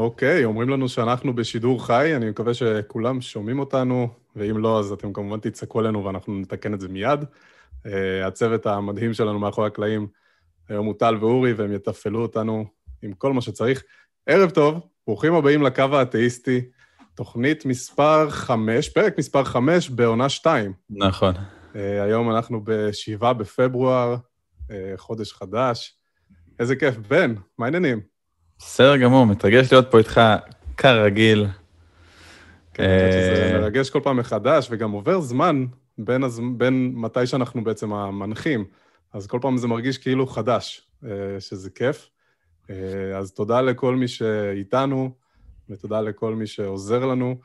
אוקיי, אומרים לנו שאנחנו בשידור חי, אני מקווה שכולם שומעים אותנו, ואם לא, אז אתם כמובן תצעקו עלינו ואנחנו נתקן את זה מיד. הצוות המדהים שלנו מאחורי הקלעים, היום הוא טל ואורי, והם יתפעלו אותנו עם כל מה שצריך. ערב טוב, ברוכים הבאים לקו האתאיסטי, תוכנית מספר 5, פרק מספר 5 בעונה 2. נכון. היום אנחנו ב7 בפברואר, חודש חדש. איזה כיף, בן, מה העניינים? בסדר גמור, מתרגש להיות פה איתך כרגיל. כן, האמת שזה מרגש כל פעם מחדש, וגם עובר זמן בין מתי שאנחנו בעצם המנחים, אז כל פעם זה מרגיש כאילו חדש, שזה כיף. אז תודה לכל מי שאיתנו, ותודה לכל מי שעוזר לנו.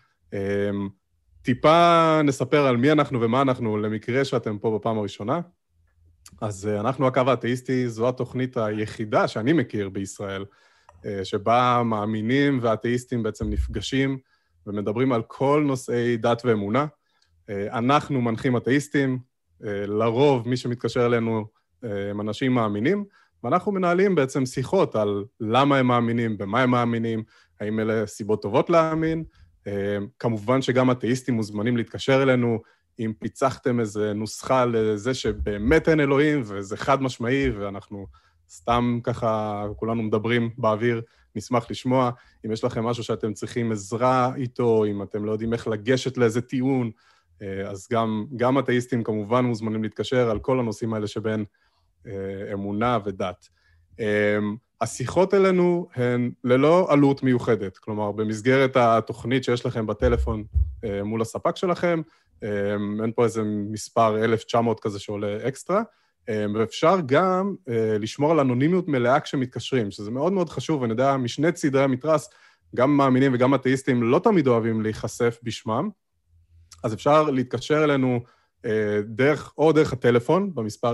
טיפה נספר על מי אנחנו ומה אנחנו, למקרה שאתם פה בפעם הראשונה. אז אנחנו הקו האתאיסטי, זו התוכנית היחידה שאני מכיר בישראל, שבה מאמינים ואתאיסטים בעצם נפגשים, ומדברים על כל נושאי דת ואמונה. אנחנו מנחים אתאיסטים, לרוב מי שמתקשר אלינו הם אנשים מאמינים, ואנחנו מנהלים בעצם שיחות על למה הם מאמינים, במה הם מאמינים, האם אלה סיבות טובות להאמין. כמובן שגם אתאיסטים מוזמנים להתקשר אלינו, אם פיצחתם איזה נוסחה לזה שבאמת אין אלוהים, וזה חד משמעי, ואנחנו סתם ככה, כולנו מדברים באוויר, נשמח לשמוע. אם יש לכם משהו שאתם צריכים עזרה איתו, אם אתם לא יודעים איך לגשת לאיזה טיעון, אז גם אתאיסטים כמובן מוזמנים להתקשר על כל הנושאים האלה שבין אמונה ודת. השיחות אלינו הן ללא עלות מיוחדת, כלומר, במסגרת התוכנית שיש לכם בטלפון מול הספק שלכם, אין פה איזה מספר 1900 כזה שעולה אקסטרה, ואפשר גם לשמור על אנונימיות מלאה כשמתקשרים, שזה מאוד מאוד חשוב, ואני יודע, משני צידי המתרס, גם מאמינים וגם אתאיסטים לא תמיד אוהבים להיחשף בשמם, אז אפשר להתקשר אלינו דרך הטלפון, במספר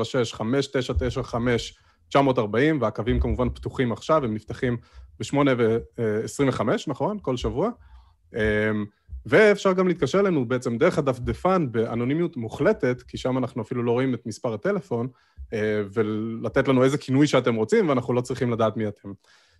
076-5995-940, והקווים כמובן פתוחים עכשיו, הם נפתחים ב8:25, נכון? כל שבוע. ואפשר גם להתקשר אלינו בעצם דרך הדפדפן באנונימיות מוחלטת, כי שם אנחנו אפילו לא רואים את מספר הטלפון, ולתת לנו איזה כינוי שאתם רוצים, ואנחנו לא צריכים לדעת מי אתם.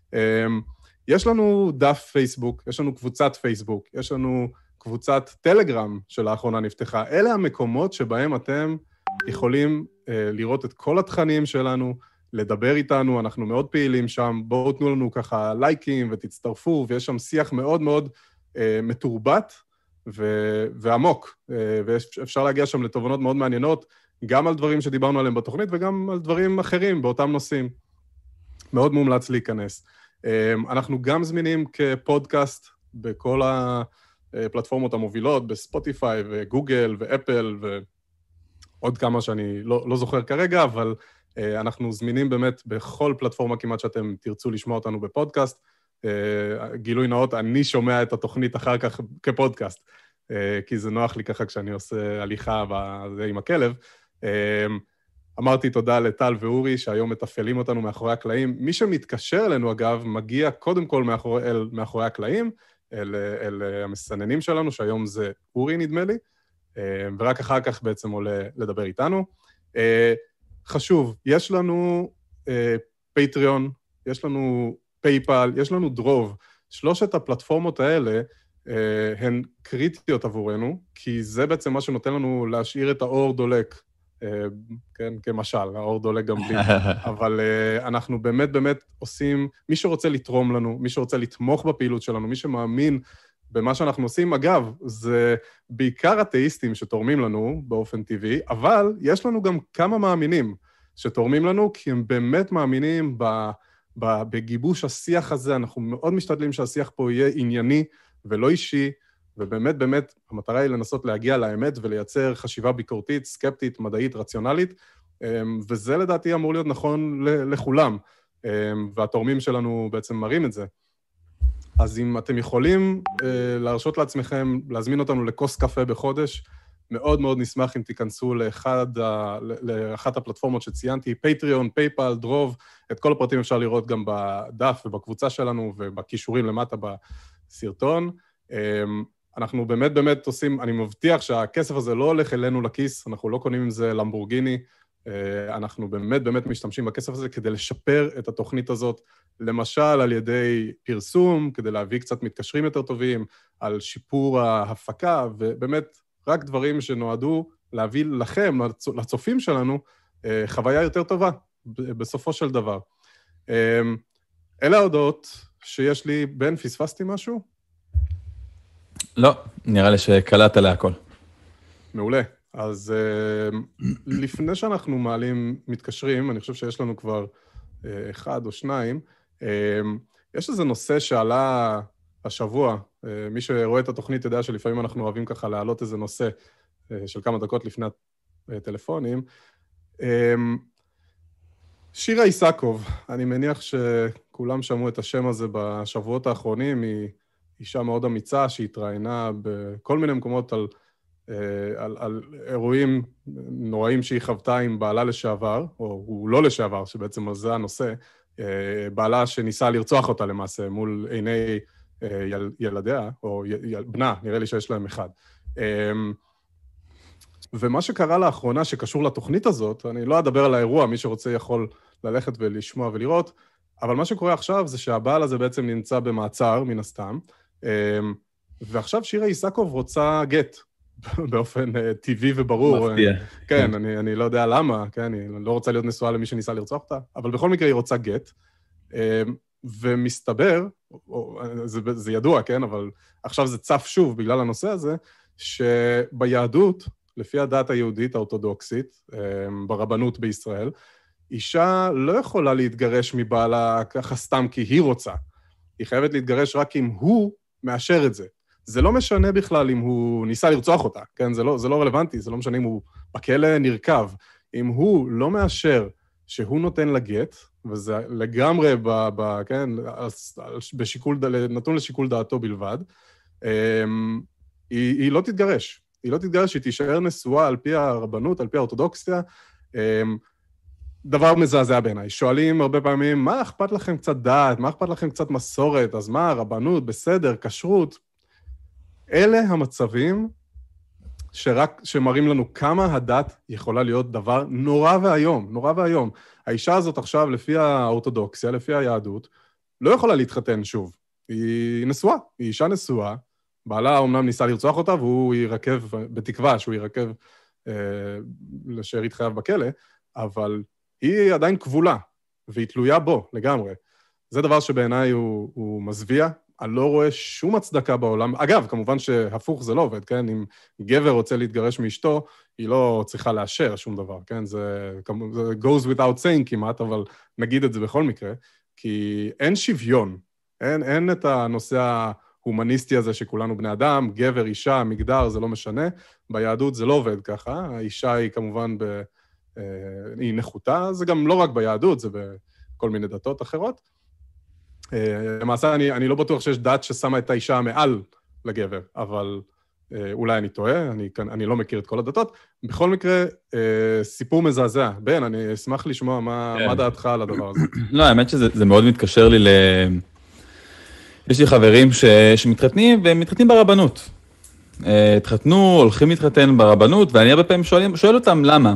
יש לנו דף פייסבוק, יש לנו קבוצת פייסבוק, יש לנו קבוצת טלגרם שלאחרונה נפתחה. אלה המקומות שבהם אתם יכולים לראות את כל התכנים שלנו, לדבר איתנו, אנחנו מאוד פעילים שם, בואו תנו לנו ככה לייקים ותצטרפו, ויש שם שיח מאוד מאוד מתורבת ועמוק, ואפשר להגיע שם לתובנות מאוד מעניינות, גם על דברים שדיברנו עליהם בתוכנית, וגם על דברים אחרים באותם נושאים. מאוד מומלץ להיכנס. אנחנו גם זמינים כפודקאסט בכל הפלטפורמות המובילות, בספוטיפיי וגוגל ואפל ועוד כמה שאני לא זוכר כרגע, אבל אנחנו זמינים באמת בכל פלטפורמה כמעט שאתם תרצו לשמוע אותנו בפודקאסט. גילוי נאות, אני שומע את התוכנית אחר כך כפודקאסט, כי זה נוח לי ככה כשאני עושה הליכה עם הכלב. אמרתי תודה לטל ואורי, שהיום מתפעלים אותנו מאחורי הקלעים. מי שמתקשר אלינו, אגב, מגיע קודם כל מאחורי הקלעים, אל המסננים שלנו, שהיום זה אורי נדמה לי, ורק אחר כך בעצם עולה לדבר איתנו. חשוב, יש לנו פטריון, יש לנו פייפל, יש לנו דרוב. שלושת הפלטפורמות האלה הן קריטיות עבורנו, כי זה בעצם מה שנותן לנו להשאיר את האור דולק, כן, כמשל, האור דולק גם בלי, אבל אנחנו באמת באמת עושים, מי שרוצה לתרום לנו, מי שרוצה לתמוך בפעילות שלנו, מי שמאמין במה שאנחנו עושים, אגב, זה בעיקר אתאיסטים שתורמים לנו באופן טבעי, אבל יש לנו גם כמה מאמינים שתורמים לנו, כי הם באמת מאמינים בגיבוש השיח הזה. אנחנו מאוד משתדלים שהשיח פה יהיה ענייני ולא אישי, ובאמת באמת המטרה היא לנסות להגיע לאמת ולייצר חשיבה ביקורתית, סקפטית, מדעית, רציונלית, וזה לדעתי אמור להיות נכון לכולם, והתורמים שלנו בעצם מראים את זה. אז אם אתם יכולים להרשות לעצמכם, להזמין אותנו לכוס קפה בחודש, מאוד מאוד נשמח אם תיכנסו לאחת הפלטפורמות שציינתי, פטריון, פייפל, דרוב, את כל הפרטים אפשר לראות גם בדף ובקבוצה שלנו ובקישורים למטה בסרטון. אנחנו באמת באמת עושים, אני מבטיח שהכסף הזה לא הולך אלינו לכיס, אנחנו לא קונים עם זה למבורגיני, אנחנו באמת באמת משתמשים בכסף הזה כדי לשפר את התוכנית הזאת, למשל על ידי פרסום, כדי להביא קצת מתקשרים יותר טובים, על שיפור ההפקה, ובאמת רק דברים שנועדו להביא לכם, לצופים שלנו, חוויה יותר טובה, בסופו של דבר. אלה ההודעות שיש לי. בן, פספסתי משהו? לא, נראה לי שקלעת להכל. מעולה. אז לפני שאנחנו מעלים מתקשרים, אני חושב שיש לנו כבר אחד או שניים, יש איזה נושא שעלה השבוע, מי שרואה את התוכנית יודע שלפעמים אנחנו אוהבים ככה להעלות איזה נושא של כמה דקות לפני הטלפונים. שירה איסקוב, אני מניח שכולם שמעו את השם הזה בשבועות האחרונים, היא אישה מאוד אמיצה שהתראיינה בכל מיני מקומות על אירועים נוראים שהיא חוותה עם בעלה לשעבר, או הוא לא לשעבר, שבעצם זה הנושא, בעלה שניסה לרצוח אותה למעשה מול עיני ילדיה, או בנה, נראה לי שיש להם אחד. ומה שקרה לאחרונה שקשור לתוכנית הזאת, אני לא אדבר על האירוע, מי שרוצה יכול ללכת ולשמוע ולראות, אבל מה שקורה עכשיו זה שהבעל הזה בעצם נמצא במעצר, מן הסתם, ועכשיו שירה איסקוב רוצה גט, באופן טבעי וברור. מפתיע. כן, אני לא יודע למה, כן, אני לא רוצה להיות נשואה למי שניסה לרצוח אותה, אבל בכל מקרה היא רוצה גט, ומסתבר, זה ידוע, כן, אבל עכשיו זה צף שוב בגלל הנושא הזה, שביהדות, לפי הדת היהודית האורתודוקסית, ברבנות בישראל, אישה לא יכולה להתגרש מבעלה ככה סתם כי היא רוצה. היא חייבת להתגרש רק אם הוא מאשר את זה. זה לא משנה בכלל אם הוא ניסה לרצוח אותה, כן? זה לא רלוונטי, זה לא משנה אם הוא בכלא נרכב. אם הוא לא מאשר שהוא נותן לגט, וזה לגמרי, כן, נתון לשיקול דעתו בלבד, היא לא תתגרש. היא לא תתגרש, היא תישאר נשואה על פי הרבנות, על פי האורתודוקסיה. דבר מזעזע בעיניי. שואלים הרבה פעמים, מה אכפת לכם קצת דת? מה אכפת לכם קצת מסורת? אז מה, רבנות, בסדר, כשרות? אלה המצבים שמראים לנו כמה הדת יכולה להיות דבר נורא והיום, נורא והיום. האישה הזאת עכשיו, לפי האורתודוקסיה, לפי היהדות, לא יכולה להתחתן שוב. היא נשואה, היא אישה נשואה, בעלה אומנם ניסה לרצוח אותה, והוא ירכב, בתקווה שהוא ירכב לשארית חייו בכלא, אבל היא עדיין כבולה, והיא תלויה בו לגמרי. זה דבר שבעיניי הוא מזוויע, אני לא רואה שום הצדקה בעולם. אגב, כמובן שהפוך זה לא עובד, כן? אם גבר רוצה להתגרש מאשתו, היא לא צריכה לאשר שום דבר, כן? זה goes without saying כמעט, אבל נגיד את זה בכל מקרה, כי אין שוויון, אין את הנושא ההומניסטי הזה שכולנו בני אדם, גבר, אישה, מגדר, זה לא משנה. ביהדות זה לא עובד ככה, האישה היא כמובן היא נחותה, זה גם לא רק ביהדות, זה בכל מיני דתות אחרות. למעשה, אני לא בטוח שיש דת ששמה את האישה מעל לגבר, אבל אולי אני טועה, אני לא מכיר את כל הדתות. בכל מקרה, סיפור מזעזע. בן, אני אשמח לשמוע מה דעתך על הדבר הזה. לא, האמת שזה מאוד מתקשר לי יש לי חברים שמתחתנים, והם מתחתנים ברבנות. התחתנו, הולכים להתחתן ברבנות, ואני הרבה פעמים שואל אותם למה,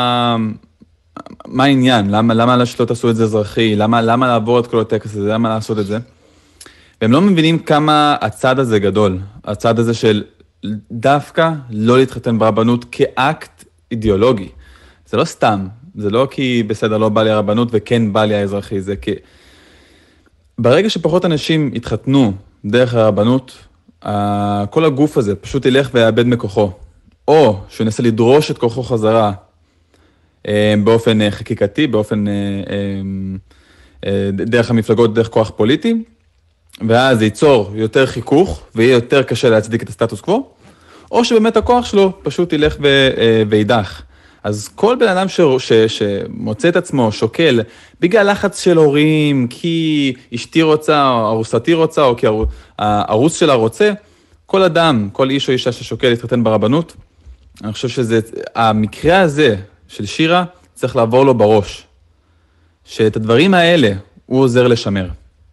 מה העניין? למה שלא תעשו את זה אזרחי? למה לעבור את כל הטקס הזה? למה לעשות את זה? והם לא מבינים כמה הצד הזה גדול. הצד הזה של דווקא לא להתחתן ברבנות כאקט אידיאולוגי. זה לא סתם. זה לא כי בסדר לא בא לי הרבנות וכן בא לי האזרחי. זה כי ברגע שפחות אנשים התחתנו דרך הרבנות, כל הגוף הזה פשוט ילך ויאבד מכוחו. או שננסה לדרוש את כוחו חזרה, באופן חקיקתי, באופן דרך המפלגות, דרך כוח פוליטי, ואז זה ייצור יותר חיכוך, ויהיה יותר קשה להצדיק את הסטטוס קוו, או שבאמת הכוח שלו פשוט ילך וידח. אז כל בן אדם שמוצא את עצמו, שוקל, בגלל לחץ של הורים, כי אשתי רוצה, או ארוסתי רוצה, או כי הארוס שלה רוצה, כל אדם, כל איש או אישה ששוקל להתחתן ברבנות, אני חושב שזה, המקרה הזה של שירה צריך לעבור לו בראש. שאת הדברים האלה הוא עוזר לשמר.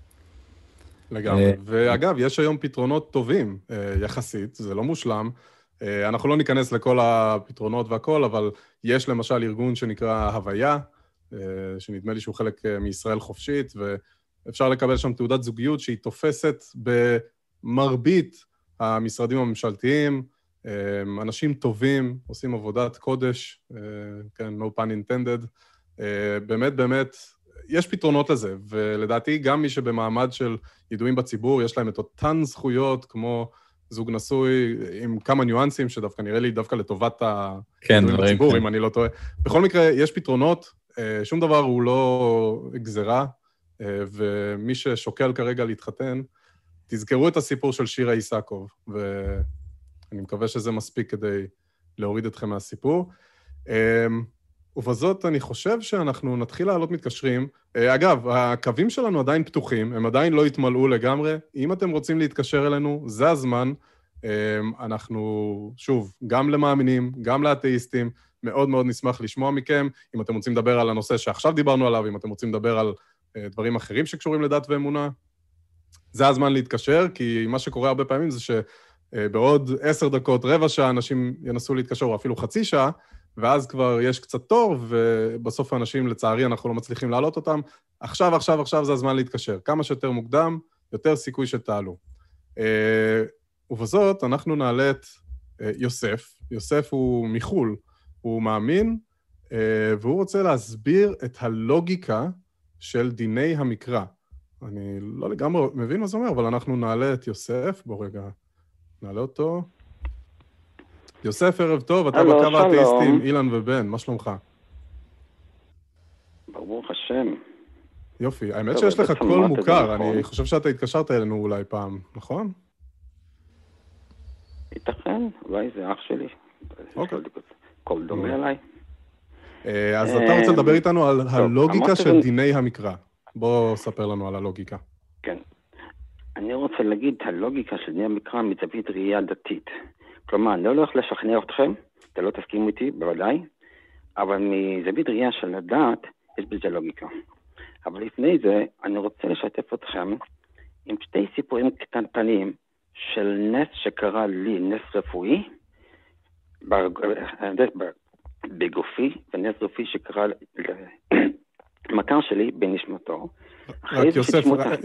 לגמרי. ואגב, יש היום פתרונות טובים יחסית, זה לא מושלם, אנחנו לא ניכנס לכל הפתרונות והכל, אבל יש למשל ארגון שנקרא הוויה, שנדמה לי שהוא חלק מישראל חופשית, ואפשר לקבל שם תעודת זוגיות שהיא תופסת במרבית המשרדים הממשלתיים, אנשים טובים, עושים עבודת קודש, כן, no pun intended, באמת, באמת, יש פתרונות לזה, ולדעתי גם מי שבמעמד של ידועים בציבור, יש להם את אותן זכויות כמו זוג נשוי, עם כמה ניואנסים שדווקא נראה לי דווקא לטובת הידועים בציבור, אם אני לא טועה. בכל מקרה, יש פתרונות, שום דבר הוא לא גזרה, ומי ששוקל כרגע להתחתן, תזכרו את הסיפור של שירה איסקוב, ואני מקווה שזה מספיק כדי להוריד אתכם מהסיפור. ובזאת אני חושב שאנחנו נתחיל לעלות מתקשרים. אגב, הקווים שלנו עדיין פתוחים, הם עדיין לא התמלאו לגמרי. אם אתם רוצים להתקשר אלינו, זה הזמן. אנחנו, שוב, גם למאמינים, גם לאתאיסטים, מאוד מאוד נשמח לשמוע מכם. אם אתם רוצים לדבר על הנושא שעכשיו דיברנו עליו, אם אתם רוצים לדבר על דברים אחרים שקשורים לדת ואמונה, זה הזמן להתקשר, כי מה שקורה הרבה פעמים זה שבעוד 10 דקות, רבע שעה, אנשים ינסו להתקשר, או אפילו חצי שעה, ואז כבר יש קצת תור, ובסוף האנשים, לצערי, אנחנו לא מצליחים להעלות אותם. עכשיו זה הזמן להתקשר. כמה שיותר מוקדם, יותר סיכוי שתעלו. ובזאת אנחנו נעלה את יוסף. יוסף הוא מחול, הוא מאמין, והוא רוצה להסביר את הלוגיקה של דיני המקרא. אני לא לגמרי מבין מה זה אומר, אבל אנחנו נעלה את יוסף. בוא רגע, נעלה אותו. יוסף, ערב טוב, אתה בקו האתאיסטים, אילן ובן, מה שלומך? ברוך השם. יופי, האמת שיש לך קול מוכר, אני חושב שאתה התקשרת אלינו אולי פעם, נכון? ייתכן, אולי זה אח שלי. אוקיי. קול דומה אליי. אז אתה רוצה לדבר איתנו על הלוגיקה של דיני המקרא. בוא ספר לנו על הלוגיקה. כן. אני רוצה להגיד את הלוגיקה של דיני המקרא מזווית ראייה דתית. כלומר, אני לא הולך לשכנע אתכם, אתה לא תסכים איתי, בוודאי, אבל מזווית ראייה של הדת, יש בזה לוגיקה. אבל לפני זה, אני רוצה לשתף אתכם עם 2 סיפורים קטנטנים של נס שקרה לי, נס רפואי, בגופי, ונס רפואי שקרה למכר שלי בנשמתו. רק יוסף,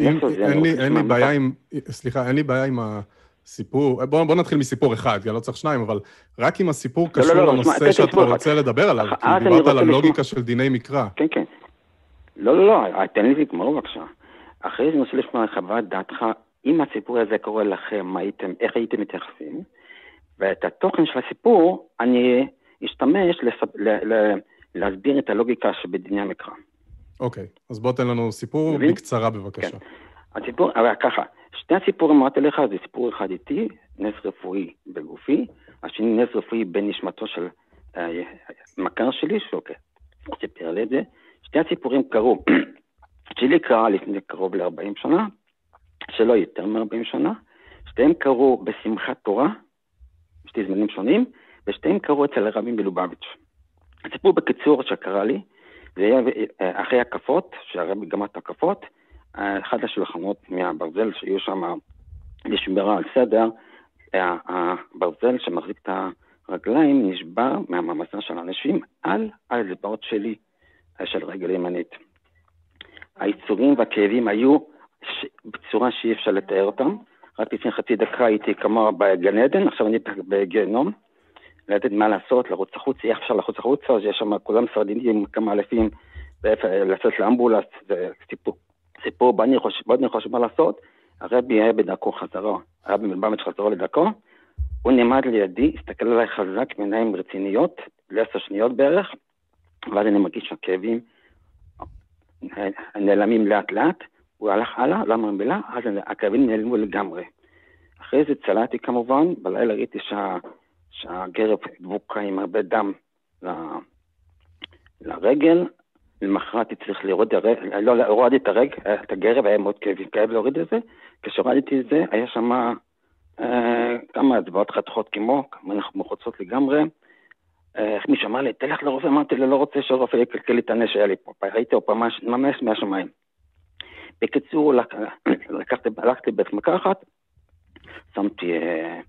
אין לי בעיה עם סיפור, בוא נתחיל מסיפור אחד, כי אני לא צריך 2, אבל רק אם הסיפור קשור לנושא שאתה רוצה לדבר עליו, כי דיברת על הלוגיקה של דיני מקרא. כן, כן. לא, תן לי לגמור בבקשה. אחרי זה נושא לשמוע חוות דעתך, אם הסיפור הזה קורה לכם, איך הייתם מתייחסים, ואת התוכן של הסיפור, אני אשתמש להסביר את הלוגיקה שבדיני המקרא. אוקיי, אז בוא תן לנו סיפור בקצרה בבקשה. הסיפור, אבל ככה, 2 הסיפורים אמרתי לך, זה סיפור אחד איתי, נס רפואי בגופי, השני נס רפואי בנשמתו של מכר שלי, שאוקיי, סיפר לי את זה. 2 הסיפורים קרו, שלי קרה לפני קרוב ל-40 שנה, שלא יותר מ-40 שנה, 2 קרו בשמחת תורה, 2 זמנים שונים, ו2 קרו אצל הרבים בלובביץ'. הסיפור בקיצור שקרה לי, זה היה אחרי הקפות, שהרבי גמר את הקפות, אחד השולחנות מהברזל שהיו שם לשמירה על סדר, הברזל שמחזיק את הרגליים נשבר מהמאמץ של אנשים על האצבעות שלי, של רגל ימנית. היצורים והכאבים היו בצורה שאי אפשר לתאר אותם. רק לפני חצי דקה הייתי כמוה בגן עדן, עכשיו אני בגיהנום. לא יודעת מה לעשות, לרוץ החוצה, איך אפשר לחוץ החוצה, אז יש שם כולם סרדינים, כמה אלפים, לצאת לאמבולנס, זה סיפור, בעוד אני חושב מה לעשות, הרבי היה בדרכו חזרה, הרבי מלבמת חזרה לדרכו, הוא נעמד לידי, הסתכל עליי חזק, מעיניים רציניות, ל10 שניות בערך, ואז אני מרגיש שהכאבים נעלמים לאט לאט, הוא הלך הלאה, לא אמר מילה, אז הכאבים נעלמו לגמרי. אחרי זה צלעתי כמובן, בלילה ראיתי שהגרב דבוקה עם הרבה דם לרגל, למחרת צריך להוריד את הגרב, היה מאוד כאב להוריד את זה, כשהורדתי את זה, היה שם כמה הצבעות חתכות כמו, אנחנו מחוצות לגמרי, איך מי שמע לי, תלך לרופא, אמרתי לו, לא רוצה שהרופא יקלקל לי את הנש שהיה לי פה, ראיתי אותו ממש מהשמיים. בקיצור, הלכתי בית מרקחת, שמתי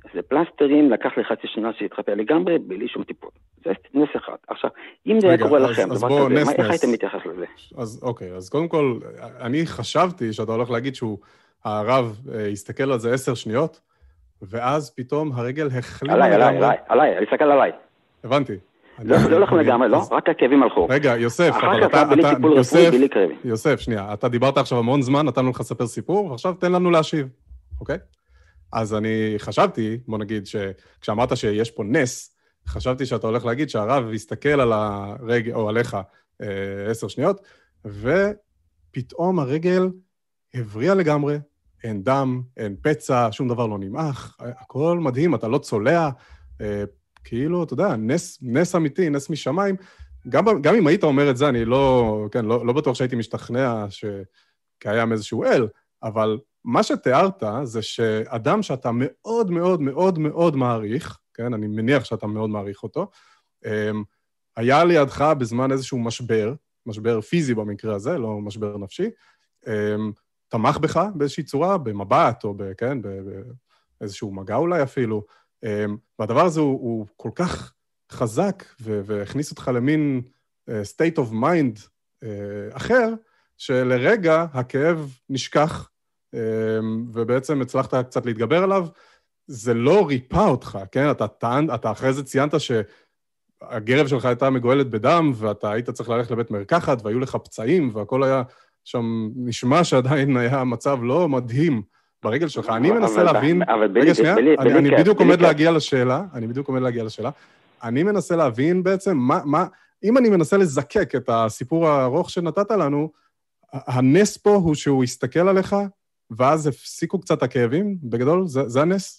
זה פלסטרים, לקח לי חצי שנה שהתחפה לגמרי, בלי שום טיפול. זה נס אחד. עכשיו, אם זה היה קורה לכם, דבר כזה, איך הייתם מתייחס לזה? אז אוקיי, אז קודם כל, אני חשבתי שאתה הולך להגיד הרב יסתכל על זה 10 שניות, ואז פתאום הרגל החלימה לגמרי. עליי, אני אסתכל עליי. הבנתי. לא הולך לגמרי, לא? רק הכאבים הלכו. רגע, יוסף, אחר כך בלי טיפול רפואי, בלי כאבים. יוסף, שנייה, אתה דיברת עכשיו המון זמן, נתנו לך לספר סיפור, ועכשיו תן לנו להשיב, אוקיי? אז אני חשבתי, בוא נגיד, כשאמרת שיש פה נס, חשבתי שאתה הולך להגיד שהרב יסתכל על הרגל, או עליך 10 שניות, ופתאום הרגל הבריאה לגמרי, אין דם, אין פצע, שום דבר לא נמעך, הכל מדהים, אתה לא צולע, כאילו, אתה יודע, נס אמיתי, נס משמיים. גם אם היית אומר את זה, אני לא בטוח שהייתי משתכנע שקיים איזשהו אל, אבל מה שתיארת זה שאדם שאתה מאוד מאוד מאוד מאוד מעריך, כן, אני מניח שאתה מאוד מעריך אותו, היה לידך בזמן איזשהו משבר פיזי במקרה הזה, לא משבר נפשי, תמך בך באיזושהי צורה, במבט או באיזשהו מגע אולי אפילו, והדבר הזה הוא כל כך חזק והכניס אותך למין state of mind אחר, שלרגע הכאב נשכח, ובעצם הצלחת קצת להתגבר עליו, זה לא ריפא אותך, כן? אתה אחרי זה ציינת שהגרב שלך הייתה מגואלת בדם, ואתה היית צריך ללכת לבית מרקחת, והיו לך פצעים, והכל היה שם, נשמע שעדיין היה מצב לא מדהים ברגל שלך. אני מנסה להבין, רגע שנייה, אני בדיוק עומד להגיע לשאלה, אני מנסה להבין בעצם, אם אני מנסה לזקק את הסיפור הארוך שנתת לנו, הנס פה הוא שהוא הסתכל עליך, ואז הפסיקו קצת הכאבים, בגדול, זה הנס?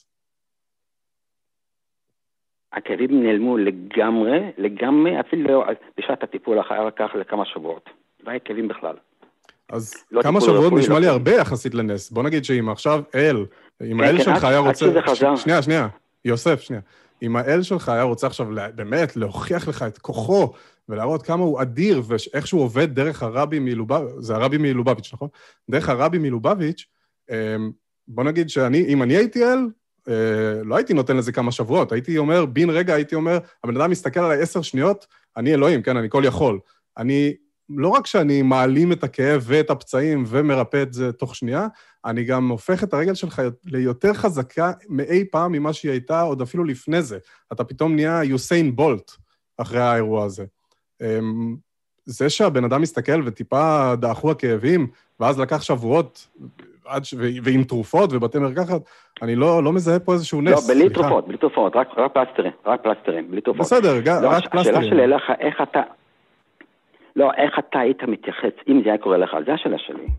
הכאבים נעלמו לגמרי, אפילו בשעת הטיפול אחר כך לכמה שבועות. לא היה כאבים בכלל. אז כמה שבועות נשמע לי הרבה יחסית לנס. בוא נגיד שאם עכשיו אם האל שלך היה רוצה... שנייה, יוסף, שנייה. אם האל שלך היה רוצה עכשיו באמת להוכיח לך את כוחו, ולהראות כמה הוא אדיר, ואיך שהוא עובד דרך הרבי מלובביץ', זה הרבי מלובביץ', נכון? דרך הרבי מלובביץ', בוא נגיד שאם אני הייתי אל, לא הייתי נותן לזה כמה שבועות, הייתי אומר, בין רגע הייתי אומר, הבן אדם מסתכל עליי 10 שניות, אני אלוהים, כן, אני כל יכול. לא רק שאני מעלים את הכאב ואת הפצעים ומרפא את זה תוך שנייה, אני גם הופך את הרגל שלך ליותר חזקה מאי פעם ממה שהיא הייתה, עוד אפילו לפני זה. אתה פתאום נהיה יוסיין בולט אחרי האירוע הזה. זה שהבן אדם מסתכל וטיפה דעכו הכאבים, ואז לקח שבועות, ועם תרופות ובתי מרקחת, אני לא מזהה פה איזשהו נס. לא, בלי תרופות, רק פלסטרים, בלי תרופות. בסדר, רק פלסטרים. השאלה שלי אליך, איך אתה היית מתייחס, אם זה היה קורה לך, זה השאלה שלי.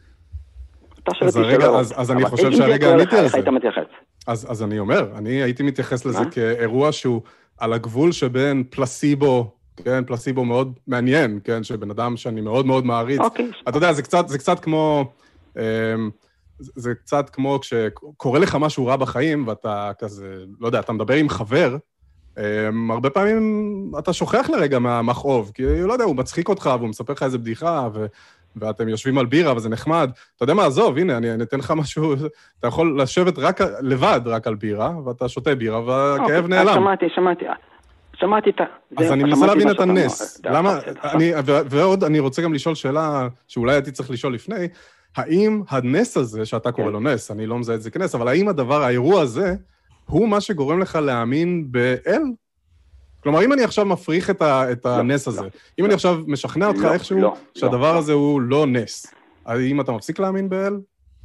אז אני חושב שהרגע עניתי על זה. איך היית מתייחס? אז אני אומר, אני הייתי מתייחס לזה כאירוע שהוא על הגבול שבין פלסיבו, כן, פלסיבו מאוד מעניין, כן, שבן אדם שאני מאוד מאוד מעריץ. אתה יודע, זה קצת כמו כשקורה לך משהו רע בחיים, ואתה כזה, לא יודע, אתה מדבר עם חבר, הרבה פעמים אתה שוכח לרגע מהמכאוב, כי לא יודע, הוא מצחיק אותך, והוא מספר לך איזה בדיחה, ואתם יושבים על בירה, וזה נחמד. אתה יודע מה, עזוב, הנה, אני אתן לך משהו, אתה יכול לשבת לבד רק על בירה, ואתה שותה בירה, והכאב נעלם. שמעתי את... אז אני מנסה להבין את הנס. למה, ועוד אני רוצה גם לשאול שאלה, שאולי הייתי צריך לשאול לפני, האם הנס הזה, שאתה קורא לו נס, אני לא מזהה את זה כנס, אבל האם האירוע הזה, הוא מה שגורם לך להאמין באל? כלומר, אם אני עכשיו מפריך את הנס הזה, אם אני עכשיו משכנע אותך איכשהו שהדבר הזה הוא לא נס, האם אתה מפסיק להאמין באל?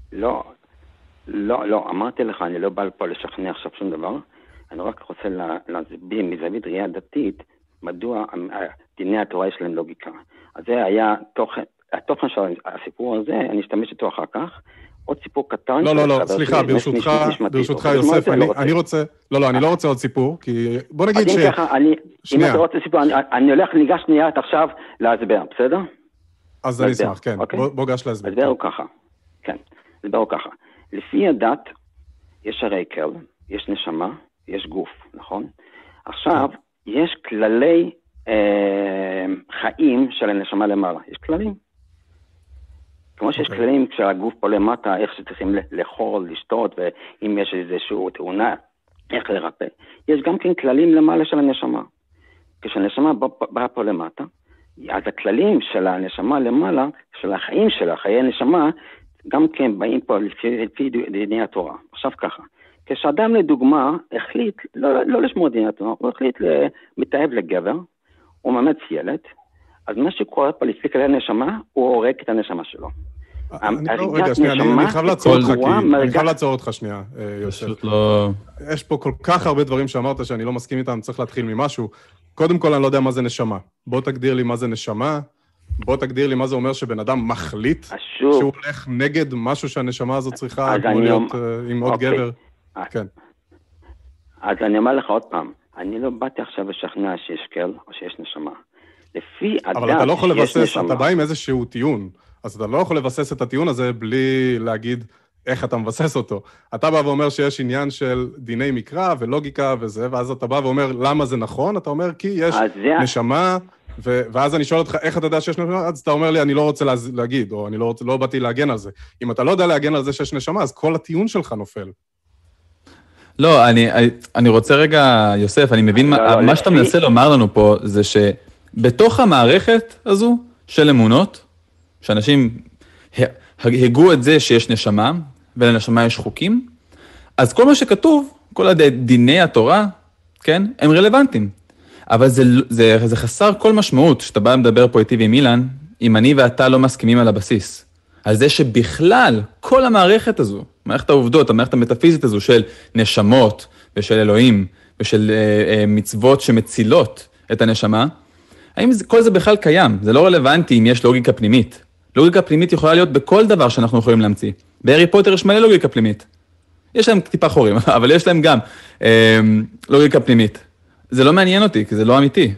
לא, אמרתי לך, אני לא בא פה לשכנע עכשיו שום דבר, אני רק רוצה להסביר מזווית ראייה דתית, מדוע דיני התורה יש להם לוגיקה. אז זה היה התוכן של הסיפור הזה, אני אשתמש איתו אחר כך, עוד סיפור קטן... לא, סליחה, ברשותך יוסף, אני רוצה... לא, אני לא רוצה עוד סיפור, כי בוא נגיד ש... אם אתה רוצה סיפור, אני ניגש שנייה עכשיו להסבר, בסדר? אז אני אשמח, כן, בוא גש להסבר. הסבר הוא ככה, כן, הסבר הוא ככה. לפי הדת, יש הרקל, יש נשמה, יש גוף, נכון? עכשיו, יש כללי חיים של הנשמה למעלה, יש כללים. כמו שיש כללים כשהגוף פה למטה, איך שצריכים לאכול, לשתות, ואם יש איזושהי תאונה, איך לרפא. יש גם כן כללים למעלה של הנשמה. כשהנשמה באה פה למטה, אז הכללים של הנשמה למעלה, של החיים שלה, חיי הנשמה, גם כן באים פה לפי דיני התורה. עכשיו ככה, כשאדם לדוגמה החליט לא לשמור דיני התורה, הוא החליט מתאהב לגבר, הוא מאמץ ילד, אז מה שקורה פה לפי כללי הנשמה, הוא הורג את הנשמה שלו. רגע, שנייה, אני חייב לעצור אותך שנייה, יוסף. יש פה כל כך הרבה דברים שאמרת שאני לא מסכים איתם, צריך להתחיל ממשהו. קודם כל, אני לא יודע מה זה נשמה. בוא תגדיר לי מה זה נשמה, בוא תגדיר לי מה זה אומר שבן אדם מחליט שהוא הולך נגד משהו שהנשמה הזאת צריכה, כמו להיות עם עוד גבר. כן. אז אני אומר לך עוד פעם, אני לא באתי עכשיו לשכנע שיש כל או שיש נשמה. אבל אתה לא יכול לבסס, אתה בא עם איזשהו טיעון, אז אתה לא יכול לבסס את הטיעון הזה בלי להגיד איך אתה מבסס אותו. אתה בא ואומר שיש עניין של דיני מקרא ולוגיקה וזה, ואז אתה בא ואומר למה זה נכון, אתה אומר כי יש נשמה, ואז אני שואל אותך איך אתה יודע שיש נשמה, אז אתה אומר לי אני לא רוצה להגיד, או אני לא באתי להגן על זה. אם אתה לא יודע להגן על זה שיש נשמה, אז כל הטיעון שלך נופל. לא, אני רוצה רגע, יוסף, אני מבין מה שאתה מנסה לומר לנו פה, זה שבתוך המערכת הזו של אמונות, שאנשים הגו את זה שיש נשמה, ולנשמה יש חוקים, אז כל מה שכתוב, כל דיני התורה, כן, הם רלוונטיים. אבל זה חסר כל משמעות, שאתה בא לדבר פה איתי ועם אילן, אם אני ואתה לא מסכימים על הבסיס. על זה שבכלל, כל המערכת הזו, מערכת העובדות, המערכת המטאפיזית הזו של נשמות ושל אלוהים ושל מצוות שמצילות את הנשמה, האם כל זה בכלל קיים? זה לא רלוונטי אם יש לוגיקה פנימית. לוגיקה פנימית יכולה להיות בכל דבר שאנחנו יכולים להמציא. בהארי פוטר יש מלא לוגיקה פנימית. יש להם טיפה חורים, אבל יש להם גם לוגיקה פנימית. זה לא מעניין אותי, כי זה לא אמיתי.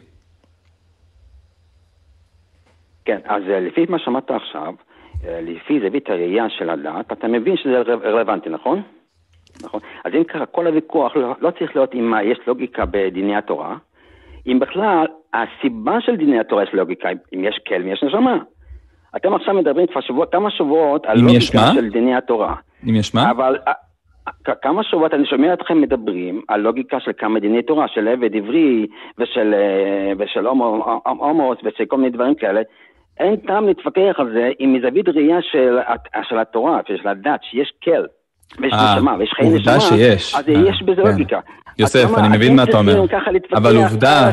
כן, אז לפי מה שמעת עכשיו, לפי זווית הראייה של הדעת, אתה מבין שזה רלוונטי, נכון? נכון. אז אם ככה, כל הוויכוח לא צריך להיות אם יש לוגיקה בדיני התורה, אם בכלל, הסיבה של דיני התורה יש לוגיקה, אם יש כל, אם יש נשמה. אתם עכשיו מדברים כבר כמה שבועות על לוגיקה של דיני התורה. אם יש מה? אבל כמה שבועות אני שומע אתכם מדברים על לוגיקה של כמה דיני תורה, של עבד עברי ושל הומוס ושל כל מיני דברים כאלה. אין טעם להתווכח על זה עם מזווית ראייה של התורה ושל הדת, שיש כל, ויש נשמה, ויש חיי נשמה, אז יש בזה לוגיקה. יוסף, אני מבין מה אתה אומר, אבל עובדה,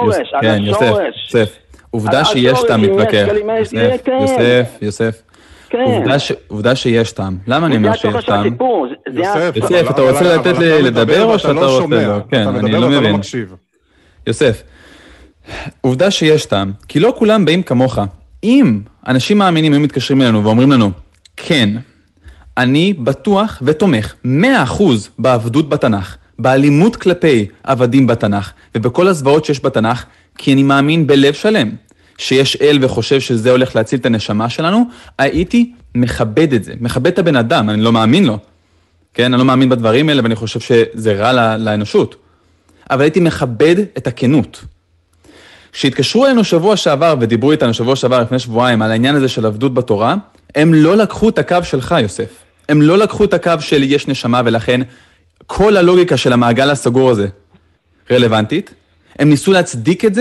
עובדה שיש טעם להתווכח, יוסף, עובדה שיש טעם, למה אני אומר שיש טעם? יוסף, אתה רוצה לתת לי לדבר או שאתה רוצה? כן, אני לא מבין. יוסף, עובדה שיש טעם, כי לא כולם באים כמוך. אם אנשים מאמינים היו מתקשרים אלינו ואומרים לנו, כן, אני בטוח ותומך 100% בעבדות בתנ"ך, באלימות כלפי עבדים בתנ"ך, ובכל הזוועות שיש בתנ"ך, כי אני מאמין בלב שלם, שיש אל וחושב שזה הולך להציל את הנשמה שלנו, הייתי מכבד את זה, מכבד את הבן אדם, אני לא מאמין לו. כן, אני לא מאמין בדברים האלה, ואני חושב שזה רע לאנושות. אבל הייתי מכבד את הכנות. כשהתקשרו אלינו שבוע שעבר, ודיברו איתנו שבוע שעבר לפני שבועיים, על העניין הזה של עבדות בתורה, הם לא לקחו את הקו שלך, יוסף. הם לא לקחו את הקו של יש נשמה, ולכן כל הלוגיקה של המעגל הסגור הזה רלוונטית. הם ניסו להצדיק את זה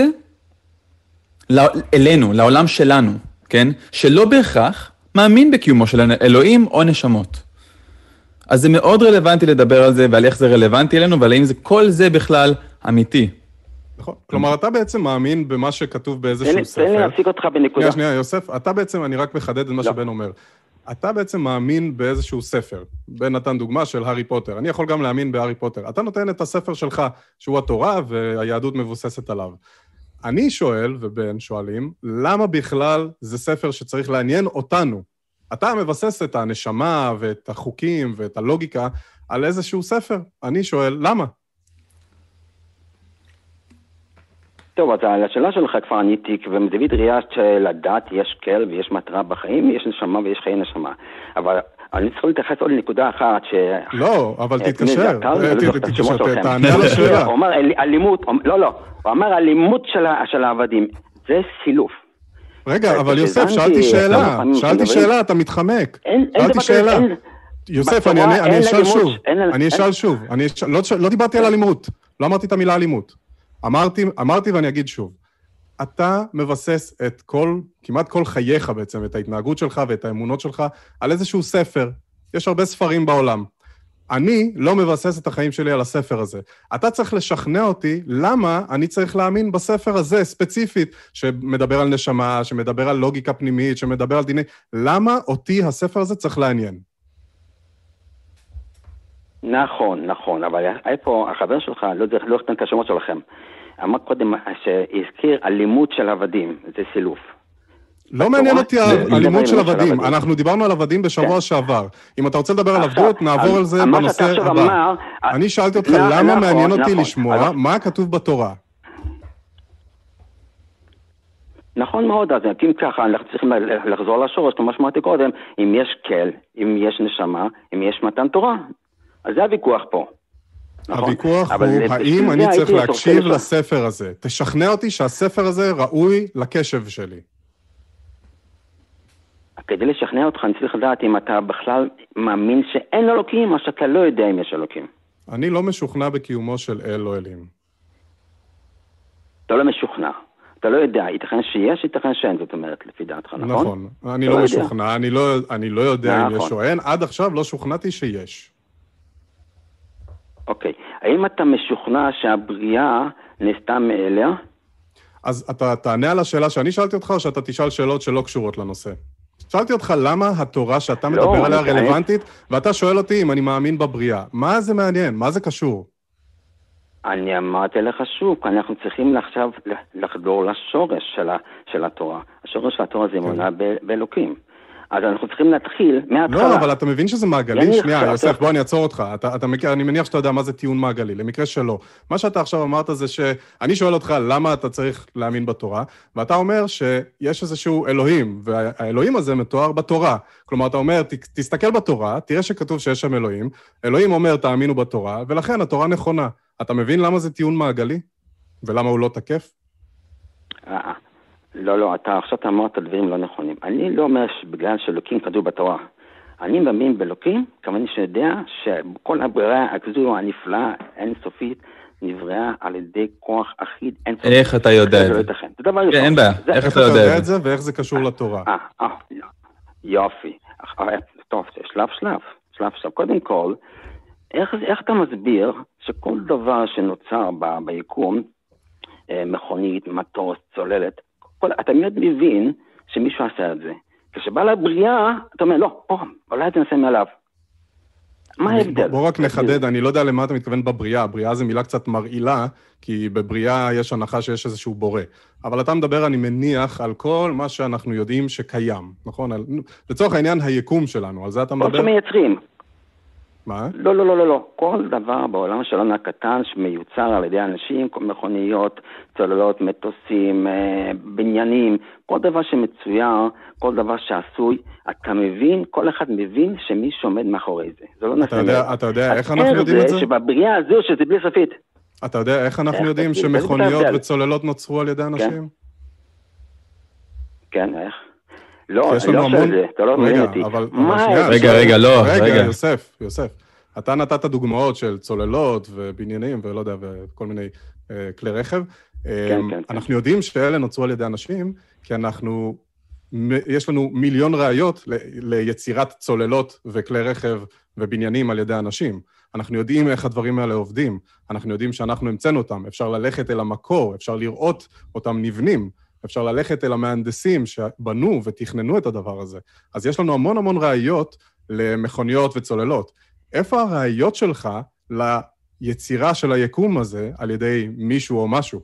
אלינו, לעולם שלנו, כן? שלא בהכרח מאמין בקיומו של אלוהים או נשמות. אז זה מאוד רלוונטי לדבר על זה, ועל איך זה רלוונטי אלינו, ועל האם כל זה בכלל אמיתי. נכון. כלומר, אתה בעצם מאמין במה שכתוב באיזשהו ספר. תן לי להפסיק אותך בנקודה. שנייה, יוסף, אתה בעצם, אני רק מחדד את מה שבן אומר. אתה בעצם מאמין באיזשהו ספר. בן נתן דוגמה של הארי פוטר. אני יכול גם להאמין בהארי פוטר. אתה נותן את הספר שלך, שהוא התורה, והיהדות מבוססת עליו. אני שואל, ובן שואלים, למה בכלל זה ספר שצריך לעניין אותנו? אתה מבסס את הנשמה ואת החוקים ואת הלוגיקה על איזשהו ספר. אני שואל, למה? טוב, אז על השאלה שלך כבר עניתי, ומזווית ראייה של הדת יש כל ויש מטרה בחיים, יש נשמה ויש חיי נשמה. אבל אני צריך להתייחס עוד לנקודה אחת לא, אבל תתקשר, תענה על השאלה. הוא אומר אלימות, לא, הוא אומר אלימות של העבדים, זה סילוף. רגע, אבל יוסף, שאלתי שאלה, אתה מתחמק. שאלתי שאלה. יוסף, אני אשאל שוב. אני אשאל שוב. לא דיברתי על אלימות. לא אמרתי את המילה אלימות. אמרתי ואני אגיד שוב. אתה מבסס את כמעט כל חייך בעצם, את ההתנהגות שלך ואת האמונות שלך, על איזשהו ספר. יש הרבה ספרים בעולם. אני לא מבסס את החיים שלי על הספר הזה. אתה צריך לשכנע אותי למה אני צריך להאמין בספר הזה ספציפית, שמדבר על נשמה, שמדבר על לוגיקה פנימית, שמדבר על דיני... למה אותי הספר הזה צריך לעניין? נכון, אבל איפה החבר שלך, לא אכתן את השמות שלכם, אמר קודם שהזכיר אלימות של עבדים, זה סילוף. לא מעניין אותי האלימות של עבדים, אנחנו דיברנו על עבדים בשבוע שעבר. אם אתה רוצה לדבר על עבדות, נעבור על זה בנושא הבא. אני שאלתי אותך למה מעניין אותי לשמוע מה כתוב בתורה. נכון מאוד, אז אם ככה אנחנו צריכים לחזור לשורש, כמו שמעתי קודם, אם יש כל, אם יש נשמה, אם יש מתן תורה. אז זה הוויכוח פה. הוויכוח הוא האם אני צריך להקשיב לספר הזה. תשכנע אותי שהספר הזה ראוי לקשב שלי. כדי לשכנע אותך, אני צריך לדעת אם אתה בכלל מאמין שאין אלוקים, או שאתה לא יודע אם יש אלוקים. אני לא משוכנע בקיומו של אל או אלים. אתה לא משוכנע. אתה לא יודע, ייתכן שיש, ייתכן שאין, זאת אומרת, לפי דעתך, נכון? נכון, אני לא משוכנע, אני לא יודע אם יש או אין, עד עכשיו לא שוכנעתי שיש. אוקיי, האם אתה משוכנע שהבריאה נעשתה מאליה? אז אתה תענה על השאלה שאני שאלתי אותך, או שאתה תשאל שאלות שלא קשורות לנושא? שאלתי אותך למה התורה שאתה מדבר עליה רלוונטית, ואתה שואל אותי אם אני מאמין בבריאה. מה זה מעניין? מה זה קשור? אני אמרתי לך שוב, אנחנו צריכים עכשיו לחדור לשורש של התורה. השורש של התורה זה אמונה באלוקים. אז אנחנו צריכים להתחיל מההתחלה. לא, אבל אתה מבין שזה מעגלי? שנייה, יוסף, בוא אני אעצור אותך. אני מניח שאתה יודע מה זה טיעון מעגלי, למקרה שלא. מה שאתה עכשיו אמרת זה שאני שואל אותך למה אתה צריך להאמין בתורה, ואתה אומר שיש איזשהו אלוהים, והאלוהים הזה מתואר בתורה. כלומר, אתה אומר, תסתכל בתורה, תראה שכתוב שיש שם אלוהים, אלוהים אומר, תאמינו בתורה, ולכן התורה נכונה. אתה מבין למה זה טיעון מעגלי? ולמה הוא לא תקף? לא, אתה עכשיו אמרת דברים לא נכונים. אני לא אומר שבגלל שאלוקים כתוב בתורה. אני מאמין באלוקים, כמובן שיודע שכל הבריאה הכזו הנפלאה, אינסופית, נבראה על ידי כוח אחיד אינסופית. איך אתה יודע את זה? כן, אין בעיה. איך אתה יודע את זה? ואיך זה קשור לתורה? יופי. טוב, שלב. קודם כל, איך אתה מסביר שכל דבר שנוצר ביקום, מכונית, מטוס, צוללת, אתה מיד מבין שמישהו עשה את זה. כשבא לבריאה, אתה אומר, לא, אולי תנסה מעליו. מה ההבדל? בוא רק נחדד, אני לא יודע למה אתה מתכוון בבריאה. בריאה זה מילה קצת מרעילה, כי בבריאה יש הנחה שיש איזשהו בורא. אבל אתה מדבר, אני מניח, על כל מה שאנחנו יודעים שקיים, נכון? לצורך העניין, היקום שלנו, על זה אתה מדבר? כל שמייצרים. מה? לא. כל דבר בעולם שלנו הקטן שמיוצר על ידי אנשים, מכוניות, צוללות, מטוסים, בניינים, כל דבר שמצויר, כל דבר שעשוי, אתה מבין, כל אחד מבין שמי שעומד מאחורי זה. זה לא נעשה. אתה יודע איך אנחנו יודעים את זה? שבבריאה הזו שזה בלי סופית. אתה יודע איך אנחנו יודעים שמכוניות וצוללות נוצרו על ידי אנשים? כן, איך? לא שזה, אתה לא מבין אותי. רגע, לא. רגע, יוסף. אתה נתת דוגמאות של צוללות ובניינים ולא יודע, וכל מיני כלי רכב. אנחנו יודעים שאלה נוצרו על ידי אנשים, כי יש לנו מיליון ראיות ליצירת צוללות וכלי רכב ובניינים על ידי אנשים. אנחנו יודעים איך הדברים האלה עובדים. אנחנו יודעים שאנחנו המצאנו אותם. אפשר ללכת אל המקור, אפשר לראות אותם נבנים. אפשר ללכת אל המהנדסים שבנו ותכננו את הדבר הזה. אז יש לנו המון המון ראיות למכוניות וצוללות. איפה הראיות שלך ליצירה של היקום הזה על ידי מישהו או משהו?